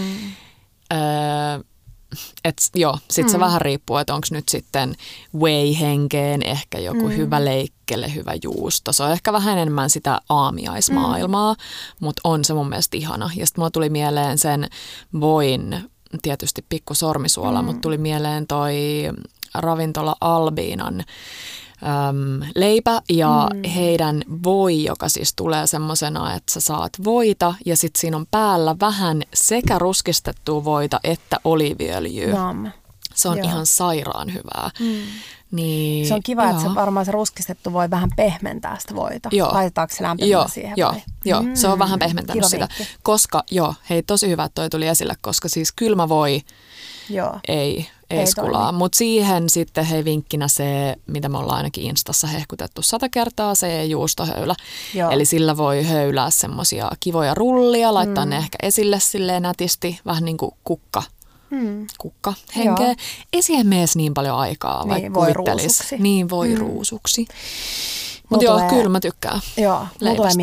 Sit se vähän riippuu, että onko nyt sitten whey-henkeen ehkä joku hyvä leikkele, hyvä juusto. Se on ehkä vähän enemmän sitä aamiaismaailmaa, mutta on se mun mielestä ihana. Ja sitten mulla tuli mieleen sen voin tietysti pikku sormisuola, mutta tuli mieleen toi ravintola Albiinan leipä ja heidän voi, joka siis tulee semmosena, että sä saat voita ja sitten siinä on päällä vähän sekä ruskistettua voita että oliiviöljyä. Se on ihan sairaan hyvää. Niin, se on kiva, että se varmaan se ruskistettu voi vähän pehmentää sitä voita. Laitetaanko se lämpimään siihen? Joo, se on vähän pehmentänyt sitä. Vinkki. Koska, hei, tosi hyvä, että toi tuli esille, koska siis kylmä voi ei skulaa. Mutta siihen sitten hei vinkkinä se, mitä me ollaan ainakin Instassa hehkutettu 100 kertaa, se juustohöylä. Eli sillä voi höylää semmosia kivoja rullia, laittaa ne ehkä esille silleen nätisti, vähän niin kuin kukka henkeä. Ei siihen mene niin paljon aikaa, vaikka kuvittelisi. Niin voi ruusuksi. Mutta kyllä mä tykkään. Joo, mulla tulee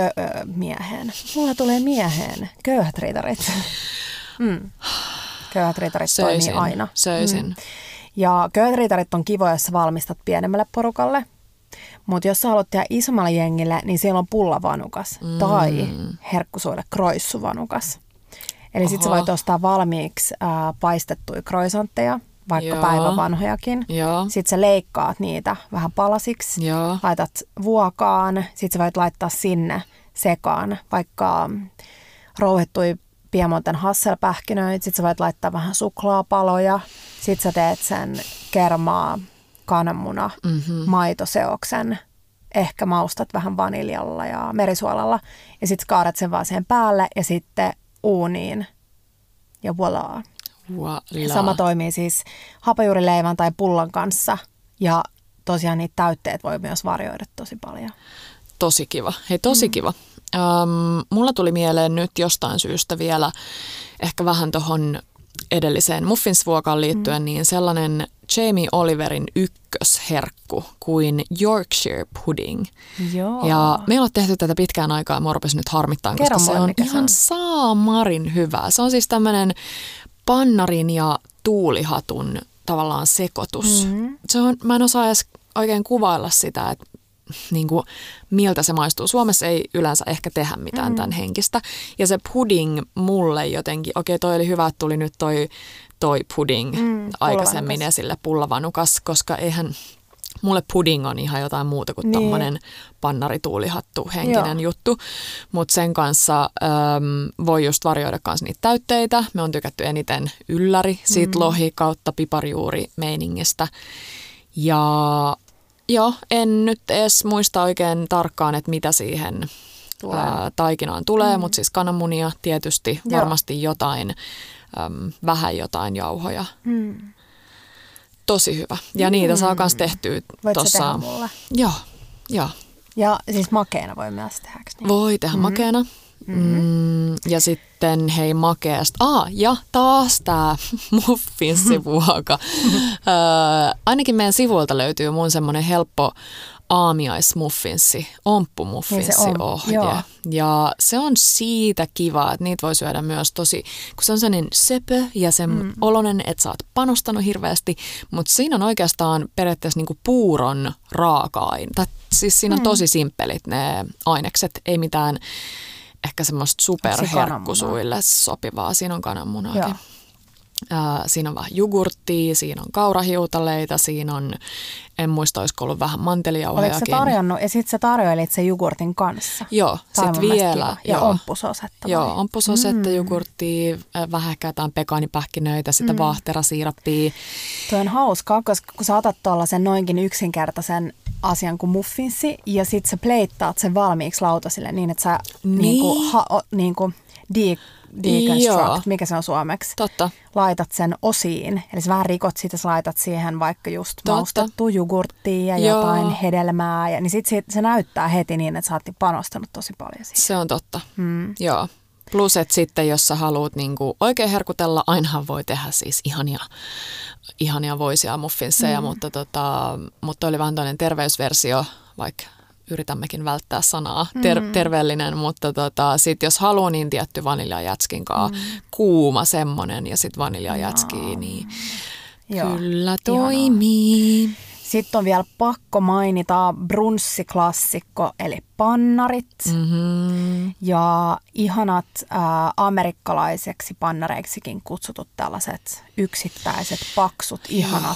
mieheen köyhät riitarit. Köyhät riitarit toimii aina. Söisin. Ja köyhät riitarit on kivoja, jos sä valmistat pienemmälle porukalle. Mutta jos sä haluat tehdä isommalle jengille, niin siellä on pullavanukas tai herkkusuille kroissuvanukas. Eli sit sä voit ostaa valmiiksi paistettuja croissantteja, vaikka päivän vanhojakin. Sitten sä leikkaat niitä vähän palasiksi, laitat vuokaan. Sitten sä voit laittaa sinne sekaan vaikka rouhittui Piemonten hasselpähkinöitä. Sitten sä voit laittaa vähän suklaapaloja. Sitten sä teet sen kermaa, kananmuna, maitoseoksen. Ehkä maustat vähän vaniljalla ja merisuolalla. Ja sitten kaadat sen vaan siihen päälle ja sitten uuniin ja voilà. Sama toimii siis hapajuurileivän tai pullan kanssa ja tosiaan niitä täytteet voi myös varjoida tosi paljon. Tosi kiva. Hei, tosi kiva. Mulla tuli mieleen nyt jostain syystä vielä ehkä vähän tohon edelliseen muffinsvuokaan liittyen niin sellainen Jamie Oliverin ykkösherkku kuin Yorkshire pudding. Ja meillä on tehty tätä pitkään aikaa ja mua rupesi nyt harmittaa, koska se on ihan saamarin hyvää. Se on siis tämmöinen pannarin ja tuulihatun tavallaan sekoitus. Mä en osaa edes oikein kuvailla sitä, että niin kuin, miltä se maistuu. Suomessa ei yleensä ehkä tehdä mitään tämän henkistä. Ja se pudding mulle jotenkin, toi oli hyvä, että tuli nyt toi pudding aikaisemmin esille, pullavanukas, koska eihän mulle pudding on ihan jotain muuta kuin tommonen pannarituulihattu henkinen juttu. Mutta sen kanssa voi just varjoida myös niitä täytteitä. Me on tykätty eniten ylläri siitä lohi kautta piparjuuri meiningistä. Ja en nyt edes muista oikein tarkkaan, että mitä siihen taikinaan tulee, mutta siis kananmunia tietysti, varmasti jotain, vähän jotain jauhoja. Tosi hyvä. Ja niitä saa myös tehtyä tuossa. Voit sä tehdä mulle? Joo. Ja siis makeena voi myös tehdä, niin? Voi tehdä makeena. Ja sitten hei makeasta. Ja taas tää muffinsivuoka. Ainakin meidän sivuilta löytyy mun semmonen helppo aamiaismuffinssi, omppumuffinssi-ohje. Ja se on siitä kiva, että niitä voi syödä myös tosi, kun se on sellainen söpö ja sen oloinen, että sä oot panostanut hirveästi, mutta siinä on oikeastaan periaatteessa niinku puuron raaka-aine. Siis siinä on tosi simppelit ne ainekset, ei mitään ehkä semmoista superherkkusuille sopivaa. Siinä on kananmunaakin. Siinä on vähän jugurttia, siinä on kaurahiutaleita, siinä on, en muista, olisiko ollut vähän mantelijauhojakin. Oliko sä tarjonnut, ja sitten sä tarjoilit sen jogurtin kanssa? Joo, sitten vielä. Ja omppusosetta. Joo, omppusosetta, jogurttia, vähän ehkä jotain pekaanipähkinöitä, sitä vaahterasiirappia. Tuo on hauskaa, koska kun sä otat tuollaisen noinkin yksinkertaisen asian kuin muffinssi, ja sitten sä pleittaat sen valmiiksi lautasille niin, että sä deconstruct, mikä se on suomeksi. Totta. Laitat sen osiin, eli sä vähän rikot sitä, sä laitat siihen vaikka just maustettua jogurttia ja jotain hedelmää, ja niin sitten se näyttää heti niin, että sä oot panostanut tosi paljon siihen. Se on totta, joo. Plus, että sitten jos sä haluat niinku oikein herkutella, ainahan voi tehdä siis ihania voisia muffinsseja, mutta oli vähän toinen terveysversio, vaikka yritämmekin välttää sanaa terveellinen, mutta sitten jos haluaa, niin tietty vaniljajätskin kuuma semmonen ja sitten vaniljajätskiä, niin kyllä toimii. Sitten on vielä pakko mainita brunssiklassikko, eli pannarit. Mm-hmm. Ja ihanat amerikkalaiseksi pannareiksikin kutsutut tällaiset yksittäiset, paksut, ihanat.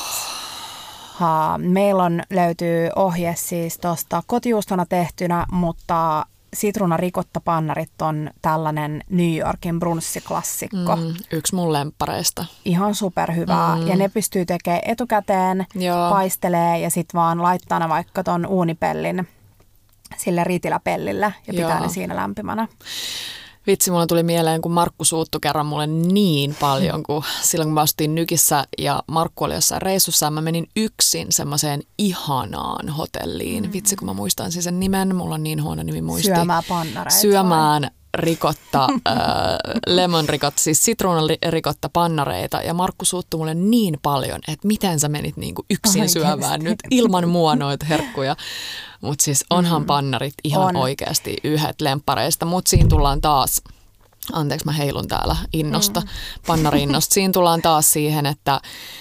Meillä löytyy ohje siis tuosta kotijuustona tehtynä, mutta sitruunarikottapannarit on tällainen New Yorkin brunssiklassikko. Yksi mun lemppareista. Ihan superhyvää. Ja ne pystyy tekemään etukäteen, paistelee ja sitten vaan laittaa ne vaikka ton uunipellin sille riitiläpellille ja pitää ne siinä lämpimänä. Vitsi, mulle tuli mieleen, kun Markku suuttui kerran mulle niin paljon, kun silloin kun mä asuttiin Nykissä ja Markku oli jossain reissussa ja mä menin yksin semmoiseen ihanaan hotelliin. Vitsi, kun mä muistan siis sen nimen, mulla on niin huono nimi muisti. Syömään pannareita. Syömään rikotta, lemon rikotta, siis sitruunarikotta pannareita ja Markku suuttui mulle niin paljon, että miten sä menit niinku yksin syömään nyt ilman mua noita herkkuja. Mutta siis onhan pannarit ihan oikeasti yhdet lemppareista, mutta siinä tullaan taas, anteeksi mä heilun täällä innosta, pannari-innosta, siinä tullaan taas siihen, että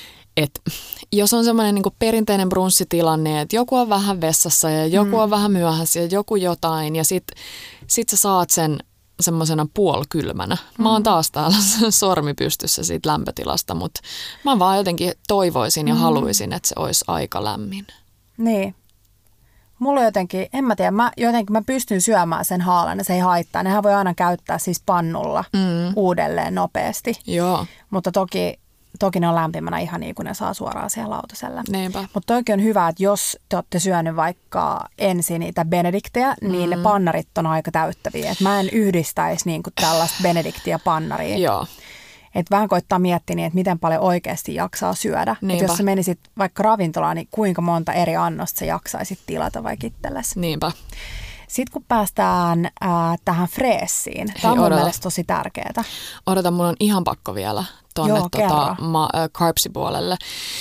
jos on semmoinen niinku perinteinen brunssitilanne, että joku on vähän vessassa ja joku on vähän myöhässä ja joku jotain ja sit sä saat sen semmoisena puolkylmänä. Mä oon taas täällä sormi pystyssä siitä lämpötilasta, mutta mä vaan jotenkin toivoisin ja haluaisin, että se olisi aika lämmin. Niin. Mulla jotenkin, en mä tiedä, mä pystyn syömään sen haalan ja se ei haittaa. Nehän voi aina käyttää siis pannulla uudelleen nopeasti. Joo. Mutta toki ne on lämpimänä ihan niin kuin ne saa suoraan siihen lautaselle. Niinpä. Mutta toikin on hyvä, että jos te olette syönyt vaikka ensin niitä benediktejä, niin ne pannarit on aika täyttäviä. Et mä en yhdistäisi niin kuin tällaista benediktiä pannaria. Joo. Että vähän koittaa miettiä niin, että miten paljon oikeasti jaksaa syödä. Että jos sä menisit vaikka ravintolaan, niin kuinka monta eri annosta sä jaksaisit tilata vaikka itsellesi. Niinpä. Sitten kun päästään tähän freessiin, tämä on mun mielestä tosi tärkeää. Odota, mun on ihan pakko vielä tuonne carbsipuolelle.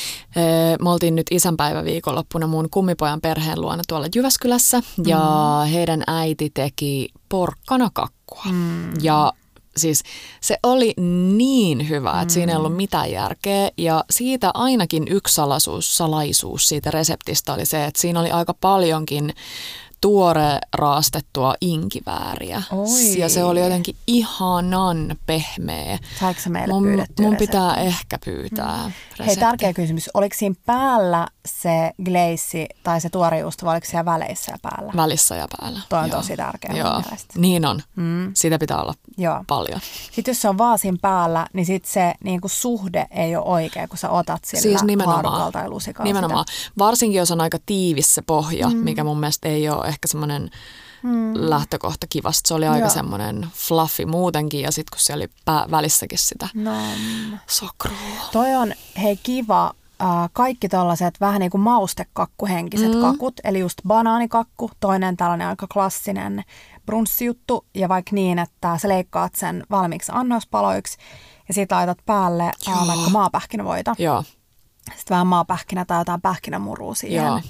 Me oltiin nyt isänpäivä viikonloppuna mun kummipojan perheen luona tuolla Jyväskylässä ja heidän äiti teki porkkanakakkua. Ja siis se oli niin hyvä, että siinä ei ollut mitään järkeä ja siitä ainakin yksi salaisuus siitä reseptistä oli se, että siinä oli aika paljonkin tuore raastettua inkivääriä. Oi. Ja se oli jotenkin ihanan pehmeä. Saiko sä meille pyydettyä mun pitää ehkä pyytää resepti. Hei, tärkeä kysymys. Oliko siinä päällä se gleissi tai se tuorejuusto vai oliko siellä väleissä ja päällä? Välissä ja päällä. Toi on tosi tärkeä mun mielestä. Niin on. Sitä pitää olla paljon. Sitten jos se on vaasin päällä, niin sitten se niinku suhde ei ole oikea, kun sä otat sillä siis haarukalla tai lusikalla. Nimenomaan. Sitä. Varsinkin jos on aika tiivis se pohja, mikä mun mielestä ei ole ehkä semmoinen lähtökohta kivasta. Se oli aika semmoinen fluffy muutenkin ja sitten kun siellä oli välissäkin sitä sokrua. Toi on kiva. Kaikki tällaiset vähän niin kuin maustekakkuhenkiset kakut, eli just banaanikakku, toinen tällainen aika klassinen brunssijuttu ja vaikka niin, että sä leikkaat sen valmiiksi annospaloiksi ja sit laitat päälle vaikka maapähkinävoita. Joo. Sitten vähän maapähkinä tai jotain pähkinämurua siihen. Joo.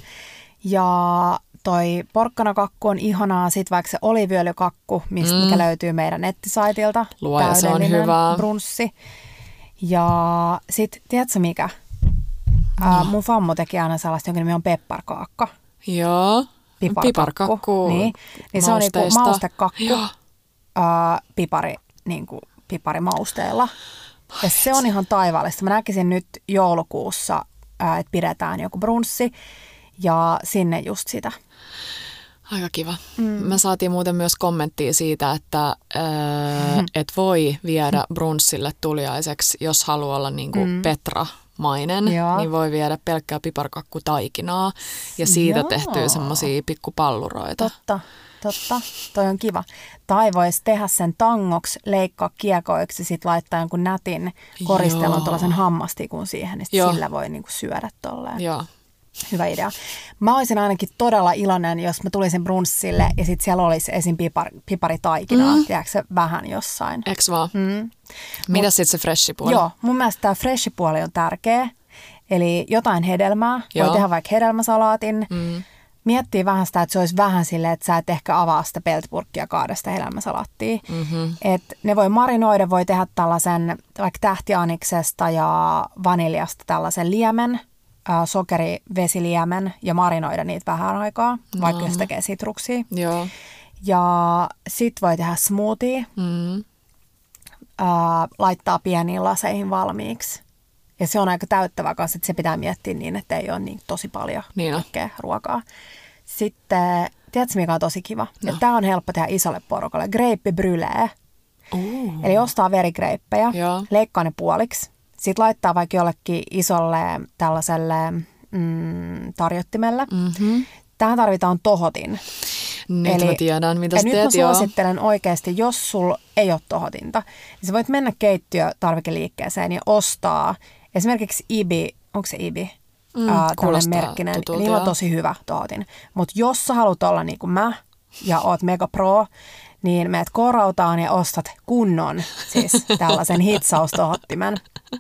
Ja toi porkkanakakku on ihanaa, sit vaikka se oliiviöljykakku, mikä löytyy meidän nettisaitilta. Luoja, se on hyvä. Brunssi. Ja sit, tiedätkö mikä? Mun fammo teki aina sellaista, jonka nimi on pepparkaakka. Joo. Piparkakku. Niin se on niinku maustekakku piparimausteella. Ja se on ihan taivaallista. Mä näkisin nyt joulukuussa, että pidetään joku brunssi ja sinne just sitä. Aika kiva. Me saatiin muuten myös kommenttia siitä, että et voi viedä brunssille tuliaiseksi, jos haluaa olla niinku Petra-mainen, niin voi viedä pelkkää piparkakkutaikinaa ja siitä tehtyä semmoisia pikkupalluroita. Totta. Toi on kiva. Tai voisi tehdä sen tangoksi, leikkaa kiekoiksi ja sitten laittaa jonkun nätin koristelun tuollaisen hammastikun siihen, niin sillä voi niinku syödä tolleen. Joo. Hyvä idea. Mä olisin ainakin todella iloinen, jos mä tulisin brunssille ja sitten siellä olisi esim. Piparitaikinaa, tiedätkö vähän jossain. Eks vaan? Mitäs sitten se freshi-puoli? Joo, mun mielestä tämä freshi-puoli on tärkeä. Eli jotain hedelmää. Voi tehdä vaikka hedelmäsalaatin. Miettii vähän sitä, että se olisi vähän silleen, että sä et ehkä avaa sitä peltipurkkia kaada sitä hedelmäsalaattia. Et ne voi marinoida, voi tehdä tällaisen vaikka tähtianiksesta ja vaniljasta tällaisen liemen. sokerivesiliämen ja marinoida niitä vähän aikaa, vaikka jos tekee sitruksia. Joo. Ja sit voi tehdä smoothie, laittaa pieniin laseihin valmiiksi. Ja se on aika täyttävä kanssa, että se pitää miettiä niin, että ei ole niin tosi paljon kaikkea ruokaa. Sitten, tiedätkö mikä on tosi kiva? No. Tämä on helppo tehdä isolle porukalle. Grape brûlée. Eli ostaa verigreippejä, leikkaa ne puoliksi. Sitten laittaa vaikka jollekin isolle tällaiselle tarjottimelle. Tähän tarvitaan tohotin. Nyt mä tiedän, mitä sä teet. Nyt mä suosittelen oikeasti, jos sulla ei ole tohotinta, niin sä voit mennä keittiötarvikeliikkeeseen ja ostaa esimerkiksi Ibi, onko se Ibi? Tällainen merkkinen, niin on tosi hyvä tohotin. Mutta jos sä haluat olla niin kuin mä ja oot mega pro, niin meet K-Rautaan ja ostat kunnon, siis tällaisen hitsaustohottimen.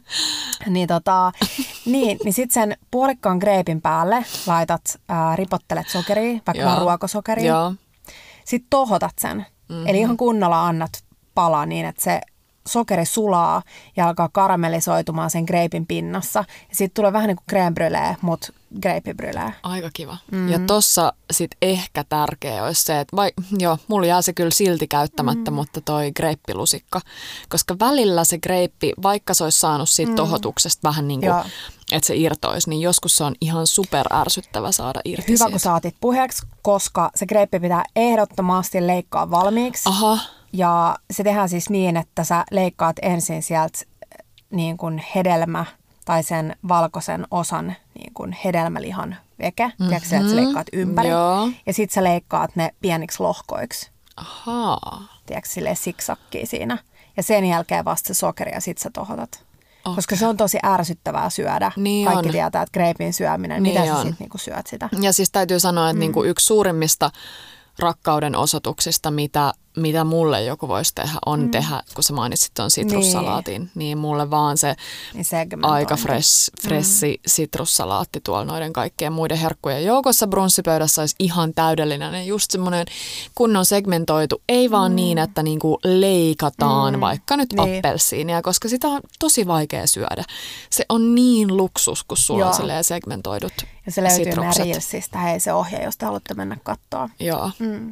Niin sit sen puolikkaan greipin päälle laitat, ripottelet sokeria, vaikka ruokosokeria. Sitten tohotat sen. Eli ihan kunnolla annat palaa niin, että se sokeri sulaa ja alkaa karamellisoitumaan sen greipin pinnassa. Ja sitten tulee vähän niin kuin crème brûlée, mutta grape brûlée. Aika kiva. Ja tossa sitten ehkä tärkeä olisi se, että mulla jää se kyllä silti käyttämättä, mutta toi greippilusikka. Koska välillä se greippi, vaikka se olisi saanut siitä tohotuksesta vähän niin kuin, että se irtoisi, niin joskus se on ihan super ärsyttävä saada irti hyvä, siitä. kun saatit puheeksi, koska se greippi pitää ehdottomasti leikkaa valmiiksi. Aha. Ja se tehdään siis niin, että sä leikkaat ensin sieltä niin kuin hedelmä tai sen valkoisen osan niin kuin hedelmälihan veke. Tiedätkö sä, että sä leikkaat ympäri. Joo. Ja sit sä leikkaat ne pieniksi lohkoiksi. Ahaa. Tiedätkö, silleen siksakkiin siinä. Ja sen jälkeen vasta se sokeri ja sit sä tohotat. Okay. Koska se on tosi ärsyttävää syödä. Niin kaikki on. tietää, että greipin syöminen. Niin mitä sä on. sit niinku syöt sitä? Ja siis täytyy sanoa, että niinku yksi suurimmista rakkauden osoituksista, mitä mulle joku voisi tehdä, on tehdä, kun sä mainitsit ton sitrussalaatin, niin mulle vaan se aika fressi sitrussalaatti tuolla noiden kaikkien muiden herkkujen joukossa brunssipöydässä olisi ihan täydellinen. Ja just semmoinen kunnon segmentoitu, ei vaan niin, että niinku leikataan vaikka nyt appelsiinia, koska sitä on tosi vaikea syödä. Se on niin luksus, kun sulla on silleen segmentoidut ja se löytyy sitrukset. Reelsistä. Hei, se ohje, jos te haluatte mennä katsoa. Joo.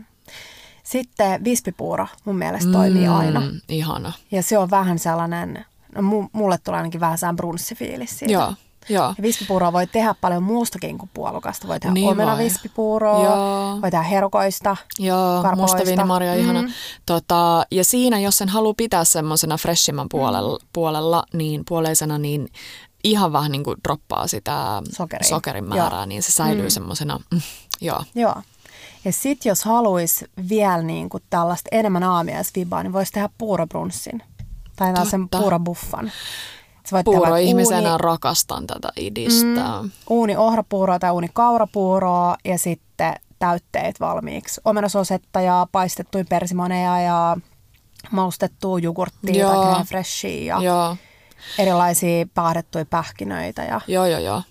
Sitten vispipuuro mun mielestä toimii aina. Ihana. Ja se on vähän sellainen, mulle tulee ainakin vähän sellainen brunssifiilis siitä. Joo. Ja vispipuuroa voi tehdä paljon muustakin kuin puolukasta. Voi tehdä omenavispipuuroa, voi tehdä herukoista, karpaloista. Mustaviinimarja, ihana. Ja siinä, jos sen haluaa pitää semmoisena freshimman puolella, niin puoleisena, niin ihan vähän niin kuin droppaa sitä sokerin määrää, niin se säilyy semmoisena, Joo. Ja sitten jos haluaisi vielä niinku tällaista enemmän aamiaisvibaa, niin voisi tehdä puurobrunssin. Tai tällaisen puurobuffan. Puuroihmisenä rakastan tätä idistä. Uuni ohrapuuroa tai uuni kaurapuuroa ja sitten täytteet valmiiksi. Omenasosetta ja paistettuja persimoneja ja maustettua jogurttia tai crème freshia ja erilaisia paahdettuja pähkinöitä. Joo.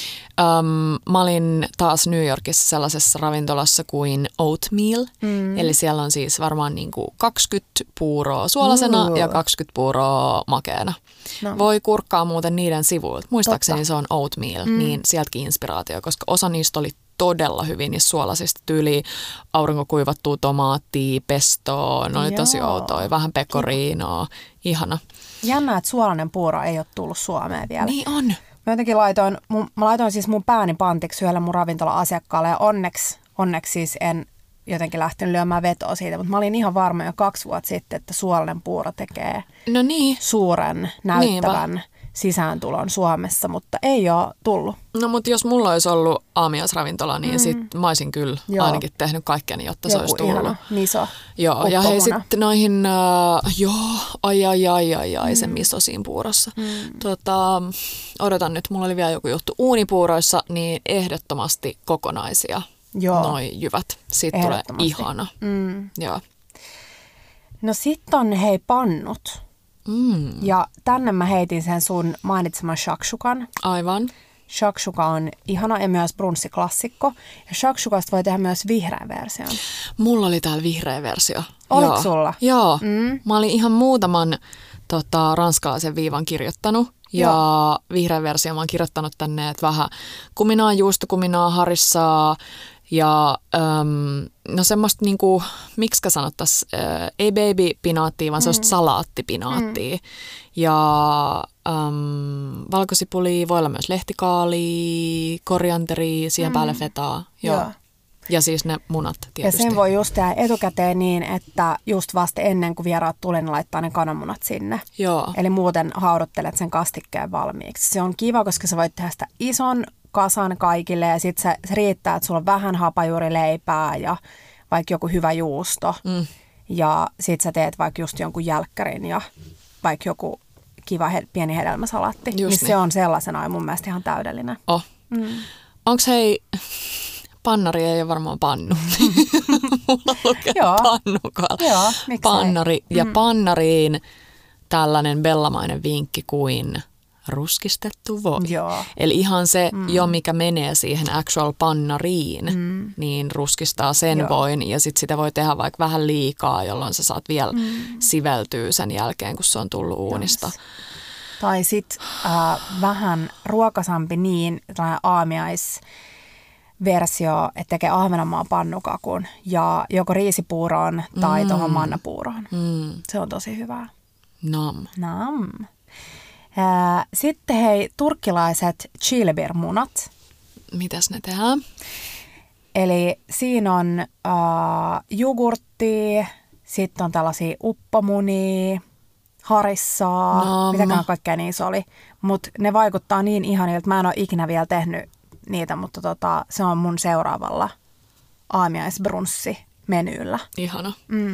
Mä olin taas New Yorkissa sellaisessa ravintolassa kuin Oatmeal, eli siellä on siis varmaan niin kuin 20 puuroa suolasena ja 20 puuroa makeena. No. Voi kurkkaa muuten niiden sivuilta. Muistaakseni se on Oatmeal, niin sieltäkin inspiraatio, koska osa niistä oli todella hyvin niistä suolasista tyyliä aurinkokuivattua tomaattia, pestoa, ne oli tosi outoja, vähän pekoriinoa, ihana. Jännä, että suolainen puuro ei ole tullut Suomeen vielä. Niin on. Mä jotenkin laitoin siis mun pääni pantiksi yhdelle mun ravintola-asiakkaalle ja onneksi siis en jotenkin lähtenyt lyömään vetoa siitä, mutta mä olin ihan varma jo 2 vuotta sitten, että suolainen puuro tekee suuren näyttävän sisääntulon Suomessa, mutta ei ole tullut. No mutta jos mulla olisi ollut aamiaisravintola, niin sit mä olisin kyllä ainakin tehnyt kaikkeni, jotta se olisi tullut. Ihana, miso. Joo, ja hei sitten noihin, se miso siinä puurossa. Odotan nyt, mulla oli vielä joku juttu. Uunipuuroissa, niin ehdottomasti kokonaisia noi jyvät. Siitä tulee ihana. Joo. No sitten on hei pannut. Ja tänne mä heitin sen sun mainitseman shakshukan. Aivan. Shakshuka on ihana ja myös brunssiklassikko. Ja shakshukasta voi tehdä myös vihreän version. Mulla oli täällä vihreä versio. Oliko sulla? Joo. Mä olin ihan muutaman ranskalaisen viivan kirjoittanut. Ja vihreän versio mä oon kirjoittanut tänne, että vähän kuminaa, juustokuminaa, harissaa ja no semmoista niinku, miksikä sanottaisiin, ei baby-pinaattia, vaan semmoista salaattipinaattia. Ja valkosipulia, voi olla myös lehtikaalia, korianteria, siihen päälle fetaa. Joo. Ja siis ne munat tietysti. Ja sen voi just tehdä etukäteen niin, että just vasta ennen kuin vieraat tulee, niin laittaa ne kananmunat sinne. Joo. Eli muuten haudottelet sen kastikkeen valmiiksi. Se on kiva, koska sä voit tehdä sitä ison kasan kaikille ja sitten se riittää, että sulla on vähän hapajuurileipää ja vaikka joku hyvä juusto. Ja sit sä teet vaikka just jonkun jälkkärin ja vaikka joku kiva pieni hedelmäsalaatti. Niin se on sellaisena mun mielestä ihan täydellinen. Onks pannari ei ole varmaan pannu. Mulla lukee pannukalla. Joo, pannari. Ja pannariin tällainen bellamainen vinkki kuin ruskistettu voi. Joo. Eli ihan se mikä menee siihen actual pannariin, niin ruskistaa sen voin. Ja sitten sitä voi tehdä vaikka vähän liikaa, jolloin sä saat vielä siveltyä sen jälkeen, kun se on tullut uunista. Tai sitten vähän ruokasampi niin, tällainen aamiaisversio, että tekee Ahvenanmaan pannukakun ja joko riisipuuroon tai tuohon mannapuuroon. Se on tosi hyvää. Nam. Sitten hei, turkkilaiset chilbir-munat. Mitäs ne tehdään? Eli siinä on jogurttia, sitten on tällaisia uppomunia, harissaa, mitäkään kaikkea niissä oli. Mutta ne vaikuttaa niin ihanilta. Mä en ole ikinä vielä tehnyt niitä, mutta se on mun seuraavalla aamiaisbrunssi-menyyllä. Ihana.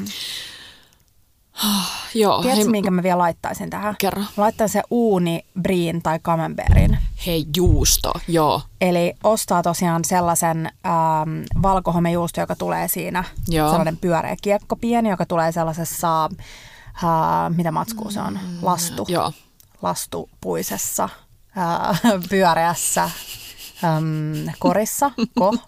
Joo. Tiedätkö, minkä mä vielä laittaisin tähän? Kerro. Laittaisin se uuni, briin tai camembertin. Hei, juusto, joo. Eli ostaa tosiaan sellaisen valkohomejuusto, joka tulee siinä, sellainen pyöreä kiekko pieni, joka tulee sellaisessa, mitä matskua se on, lastupuisessa, pyöreässä korissa.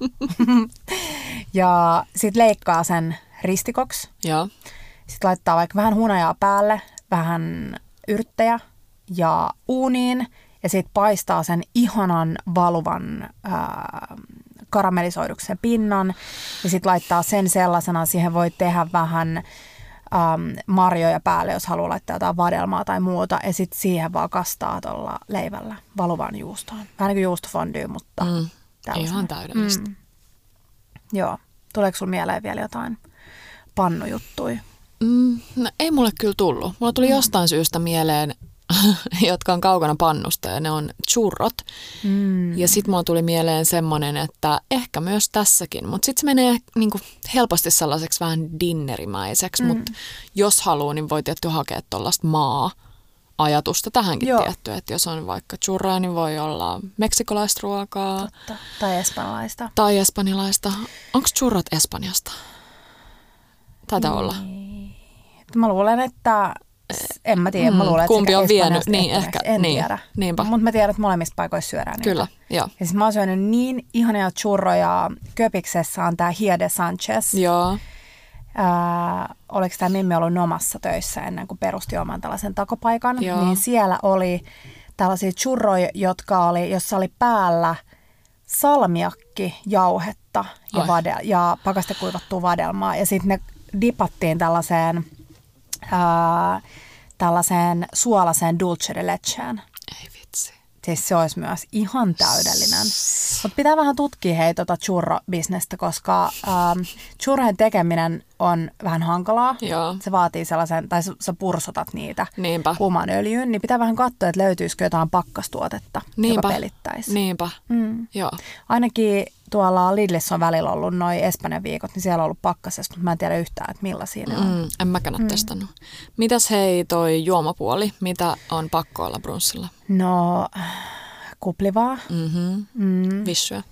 Ja sitten leikkaa sen ristikoksi. Joo. Sitten laittaa vaikka vähän hunajaa päälle, vähän yrttejä ja uuniin ja sitten paistaa sen ihanan valuvan karamellisoiduksen pinnan ja sitten laittaa sen sellaisena, siihen voi tehdä vähän marjoja päälle, jos haluaa laittaa jotain vadelmaa tai muuta ja sitten siihen vaan kastaa tuolla leivällä valuvan juustoon. Vähän niin kuin juustofondyy, mutta ihan täydellistä. Joo. Tuleeko sulla mieleen vielä jotain pannujuttuja? No, ei mulle kyllä tullut. Mulla tuli jostain syystä mieleen, jotka on kaukana pannusta ja ne on churrot. Ja sitten mulla tuli mieleen semmoinen, että ehkä myös tässäkin, mutta sitten se menee niinku helposti sellaiseksi vähän dinnerimäiseksi, mutta jos haluaa, niin voi tietty hakea tuollaista maa-ajatusta tähänkin tietty, että jos on vaikka churraa, niin voi olla meksikolaista ruokaa. Totta. Tai espanjalaista. Tai espanjalaista. Onko churrat Espanjasta? Taitaa olla. Mä luulen, että en mä tiedä. Mä luulen, kumpi on vienyt? Niin, ehkä. En tiedä. Mutta mä tiedän, että molemmissa paikoissa syödään niitä. Kyllä, joo. Ja siis mä oon syönyt niin ihania churroja. Köpiksessä on tää Hiede Sanchez. Joo. Oliko tämä Mimmi ollut Nomassa töissä ennen kuin perusti oman tällaisen takopaikan? Joo. Niin siellä oli tällaisia churroja, jossa oli päällä salmiakki, jauhetta ja pakastekuivattua vadelmaa. Ja sitten ne dipattiin tällaiseen suolaseen dulce de lecheen. Ei vitsi. Siis se olisi myös ihan täydellinen. Mutta pitää vähän tutkia churro-bisnestä, koska churrojen tekeminen on vähän hankalaa. Joo. Se vaatii sellaisen, tai sä pursotat niitä kuumaan öljyyn, niin pitää vähän katsoa, että löytyisikö jotain pakkastuotetta, joka pelittäisi. Niinpä, joo. Ainakin tuolla Lidlissä on välillä ollut noi Espanjan viikot, niin siellä on ollut pakkasessa, mutta mä en tiedä yhtään, että millaisia ne on. En mäkään ole testannut. Mitäs hei toi juomapuoli? Mitä on pakko olla brunssilla? No, kuplivaa. Vissyä.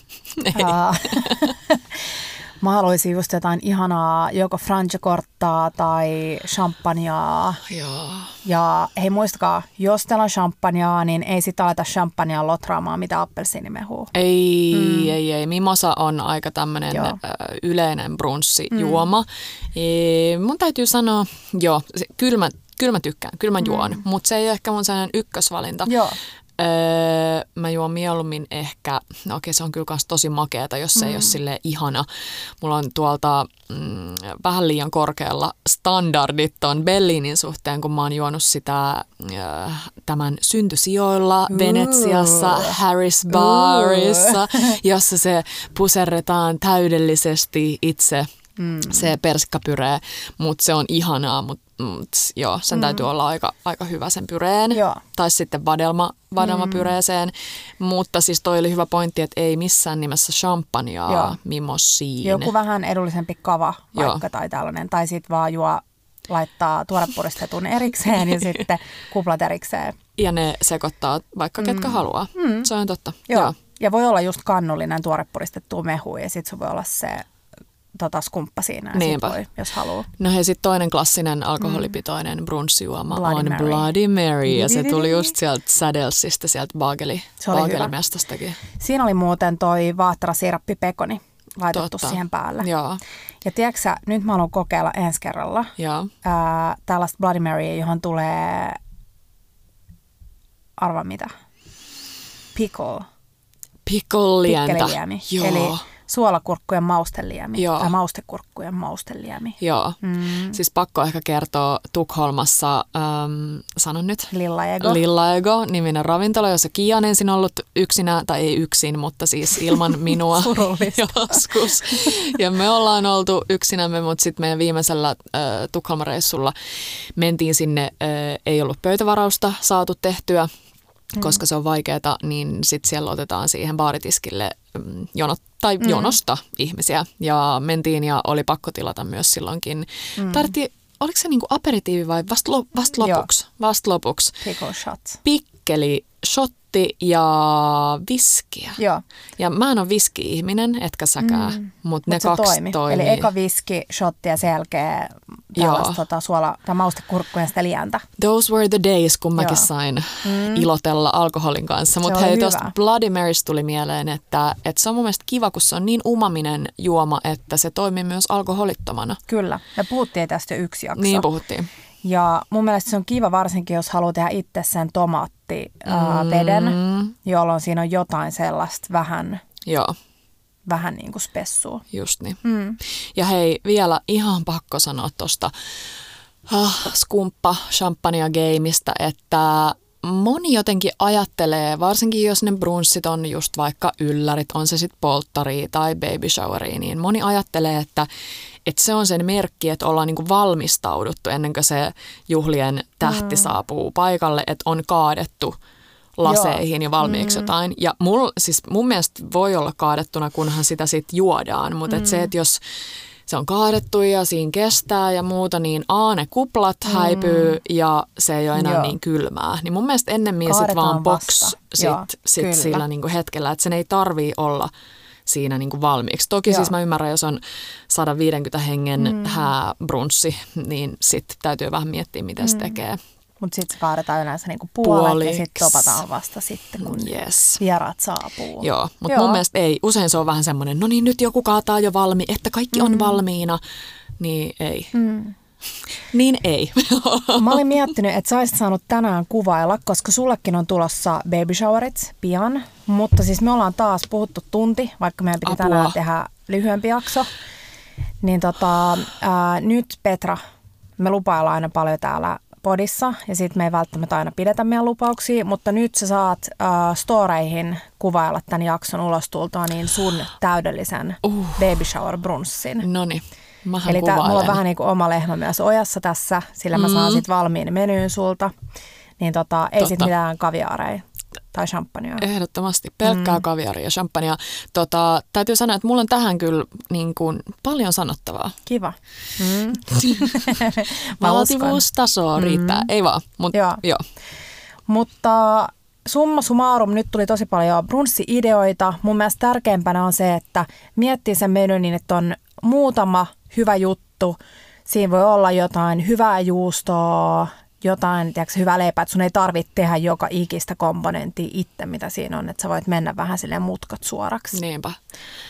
Mä haluaisin just jotain ihanaa, joko Franciacortaa tai champagnea. Joo. Ja hei, muistakaa, jos teillä on champagnea, niin ei sit aleta champagnea lotraamaan mitä appelsiinimehua. Ei. Mimosa on aika tämmöinen yleinen brunssijuoma. Mun täytyy sanoa, kyllä mä Kyllä mä tykkään, kyllä mä juon, mutta se ei ole ehkä mun sellainen ykkösvalinta. Joo. Mä juon mieluummin ehkä, no okei, se on kyllä kans tosi makeata, jos se ei ole silleen ihana. Mulla on tuolta vähän liian korkealla standardit ton Bellinin suhteen, kun mä oon juonut sitä tämän syntysijoilla Venetsiassa, Harris Barissa, jossa se puserretaan täydellisesti itse. Se persikkapyree, mutta se on ihanaa, mutta joo, sen täytyy olla aika hyvä sen pyreen. Joo. Tai sitten vadelmapyreeseen, mutta siis toi oli hyvä pointti, että ei missään nimessä champagnea mimosiin. Joku vähän edullisempi kava vaikka tai tällainen, tai sitten vaan laittaa tuorepuristetun erikseen ja sitten kuplat erikseen. Ja ne sekoittaa vaikka ketkä haluaa, se on totta. Joo. Ja voi olla just kannullinen tuorepuristettu mehu ja sitten se voi olla se skumppa siinä, voi, jos haluaa. No hei, sitten toinen klassinen alkoholipitoinen brunssijuoma on Bloody Mary, ja se tuli just sieltä Sadelsista, sieltä baagelimestostakin. Siinä oli muuten toi vaahterasirappi pekoni laitettu siihen päälle. Joo. Ja tiedätkö sä, nyt mä haluan kokeilla ensi kerralla tällaista Bloody Marya, johon tulee, arva mitä? Pickle-lientä. Joo. Eli suolakurkkujen mausteliemi tai maustekurkkujen mausteliemi. Joo, siis pakko ehkä kertoa Tukholmassa, sanon nyt. Lillaego, niminen ravintola, jossa Kia on ensin ollut yksinä, tai ei yksin, mutta siis ilman minua joskus. Ja me ollaan oltu yksinämme, mutta sitten meidän viimeisellä Tukholma-reissulla mentiin sinne, ei ollut pöytävarausta saatu tehtyä, koska se on vaikeaa, niin sitten siellä otetaan siihen baaritiskille jonosta ihmisiä. Ja mentiin ja oli pakko tilata myös silloinkin. Oliko se niinku aperitiivi vai vasta lopuksi? Pickle shots. Pikkeli, shotti ja viskiä. Joo. Ja mä en ole viski-ihminen, etkä säkään, mutta ne kaksi toimii. Eli eka viski, shotti ja sen jälkeen tällaista tai maustekurkkujen sitä lientä. Those were the days, kun mäkin sain ilotella alkoholin kanssa. Mutta hei, tuosta Bloody Marys tuli mieleen, että se on mun mielestä kiva, kun se on niin umaminen juoma, että se toimii myös alkoholittomana. Kyllä. Me puhuttiin tästä jo yksi jakso. Niin puhuttiin. Ja mun mielestä se on kiva varsinkin, jos haluaa tehdä itse sen tomaattiveden, jolloin siinä on jotain sellaista vähän niin kuin spessua. Just niin. Ja hei, vielä ihan pakko sanoa tuosta skumppa champagnea gameista, että moni jotenkin ajattelee, varsinkin jos ne brunssit on just vaikka yllärit, on se sitten polttaria tai baby showeria, niin moni ajattelee, että se on sen merkki, että ollaan niinku valmistauduttu ennen kuin se juhlien tähti saapuu paikalle, että on kaadettu laseihin jo valmiiksi jotain. Ja mun mielestä voi olla kaadettuna, kunhan sitä sitten juodaan, mutta se, että jos se on kaadettu ja siinä kestää ja muuta, niin ne kuplat häipyy ja se ei ole enää niin kylmää. Niin mun mielestä ennemmin sitten vaan box sit sillä niinku hetkellä, että sen ei tarvii olla siinä niinku valmiiksi. Toki siis mä ymmärrän, jos on 150 hengen hääbrunssi, niin sitten täytyy vähän miettiä, miten se tekee. Mutta sitten se kaadetaan yleensä niinku puolet ja sitten topataan vasta sitten, kun vieraat saapuu. Joo, mutta mun mielestä ei. Usein se on vähän semmoinen, no niin nyt joku kaataa jo että kaikki on valmiina. Niin ei. Niin ei. Mä olin miettinyt, että sä olisit saanut tänään kuvailla, koska sullekin on tulossa baby showerit pian. Mutta siis me ollaan taas puhuttu tunti, vaikka meidän piti tänään tehdä lyhyempi jakso. Niin nyt Petra, me lupaillaan aina paljon täällä podissa ja sitten me ei välttämättä aina pidetä meidän lupauksia, mutta nyt sä saat storeihin kuvailla tämän jakson ulostultua niin sun täydellisen baby shower brunssin. Noniin. Eli mulla on vähän niin kuin oma lehmä myös ojassa tässä, sillä mä saan sitten valmiin menyyn sulta. Niin ei sitten mitään kaviaareja tai champagnea. Ehdottomasti. Pelkkää kaviaaria ja champagnea. Täytyy sanoa, että mulla on tähän kyllä niin kuin paljon sanottavaa. Kiva. Vaativuustasoa riittää. Ei vaan, mutta joo. Mutta summa summarum, nyt tuli tosi paljon brunssi-ideoita. Mun mielestä tärkeimpänä on se, että miettii sen menyn niin, että on muutama hyvä juttu. Siinä voi olla jotain hyvää juustoa, jotain hyvää leipää, että sun ei tarvitse tehdä joka ikistä komponenttia itse, mitä siinä on, että sä voit mennä vähän silleen mutkat suoraksi. Niinpä.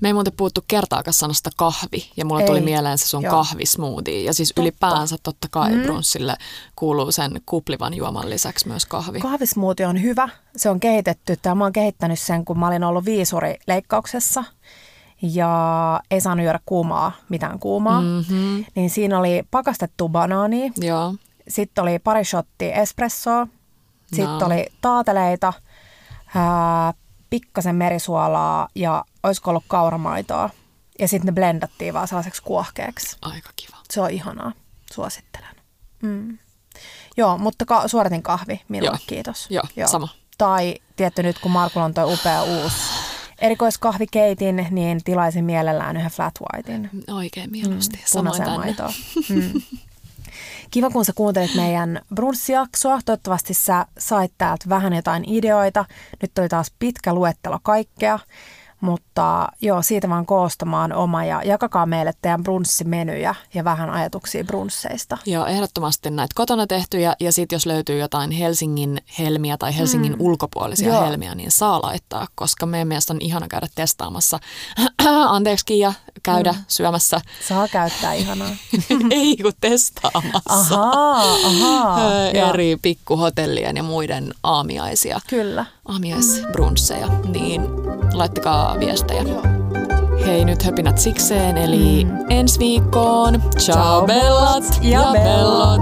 Me ei muuten puhuttu kertaakaan sanasta kahvi, ja mulla tuli mieleen se sun kahvismoothie. Ja siis ylipäänsä totta kai brunssille kuuluu sen kuplivan juoman lisäksi myös kahvi. Kahvismoothie on hyvä. Se on kehitetty, tai mä oon kehittänyt sen, kun mä olin ollut viisurileikkauksessa. Ja ei saanut juoda mitään kuumaa. Niin siinä oli pakastettu banaania. Joo. Sitten oli pari shottia espressoa. Sitten oli taateleita, pikkasen merisuolaa ja olisiko ollut kauramaitoa. Ja sitten ne blendattiin vaan sellaiseksi kuohkeeksi. Aika kiva. Se on ihanaa. Suosittelen. Joo, mutta suoratin kahvi minulle, kiitos. Joo, sama. Tai tietty nyt, kun Markulla on toi upea uusi erikoiskahvikeitin, niin tilaisin mielellään yhden flat whitein. Oikein mieluusti. Punaisen maitoa. Kiva, kun sä kuuntelit meidän brunssijaksoa. Toivottavasti sä sait täältä vähän jotain ideoita. Nyt oli taas pitkä luettelo kaikkea. Mutta joo, siitä vaan koostamaan oma ja jakakaa meille teidän brunssimenyjä ja vähän ajatuksia brunsseista. Joo, ehdottomasti näitä kotona tehtyjä ja sitten jos löytyy jotain Helsingin helmiä tai Helsingin ulkopuolisia helmiä, niin saa laittaa, koska meidän mielestä on ihana käydä testaamassa. Anteeksi Kiia, käydä syömässä. Saa käyttää ihanaa. Ei kun testaamassa. Ahaa. Eri pikkuhotellien ja muiden aamiaisia. Kyllä. Aamiaisbrunsseja, niin laittakaa viestejä. Joo. Hei, nyt höpinät sikseen, eli ensi viikkoon. Ciao bellat ja bellot.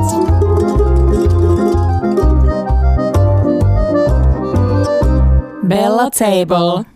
Bella Table.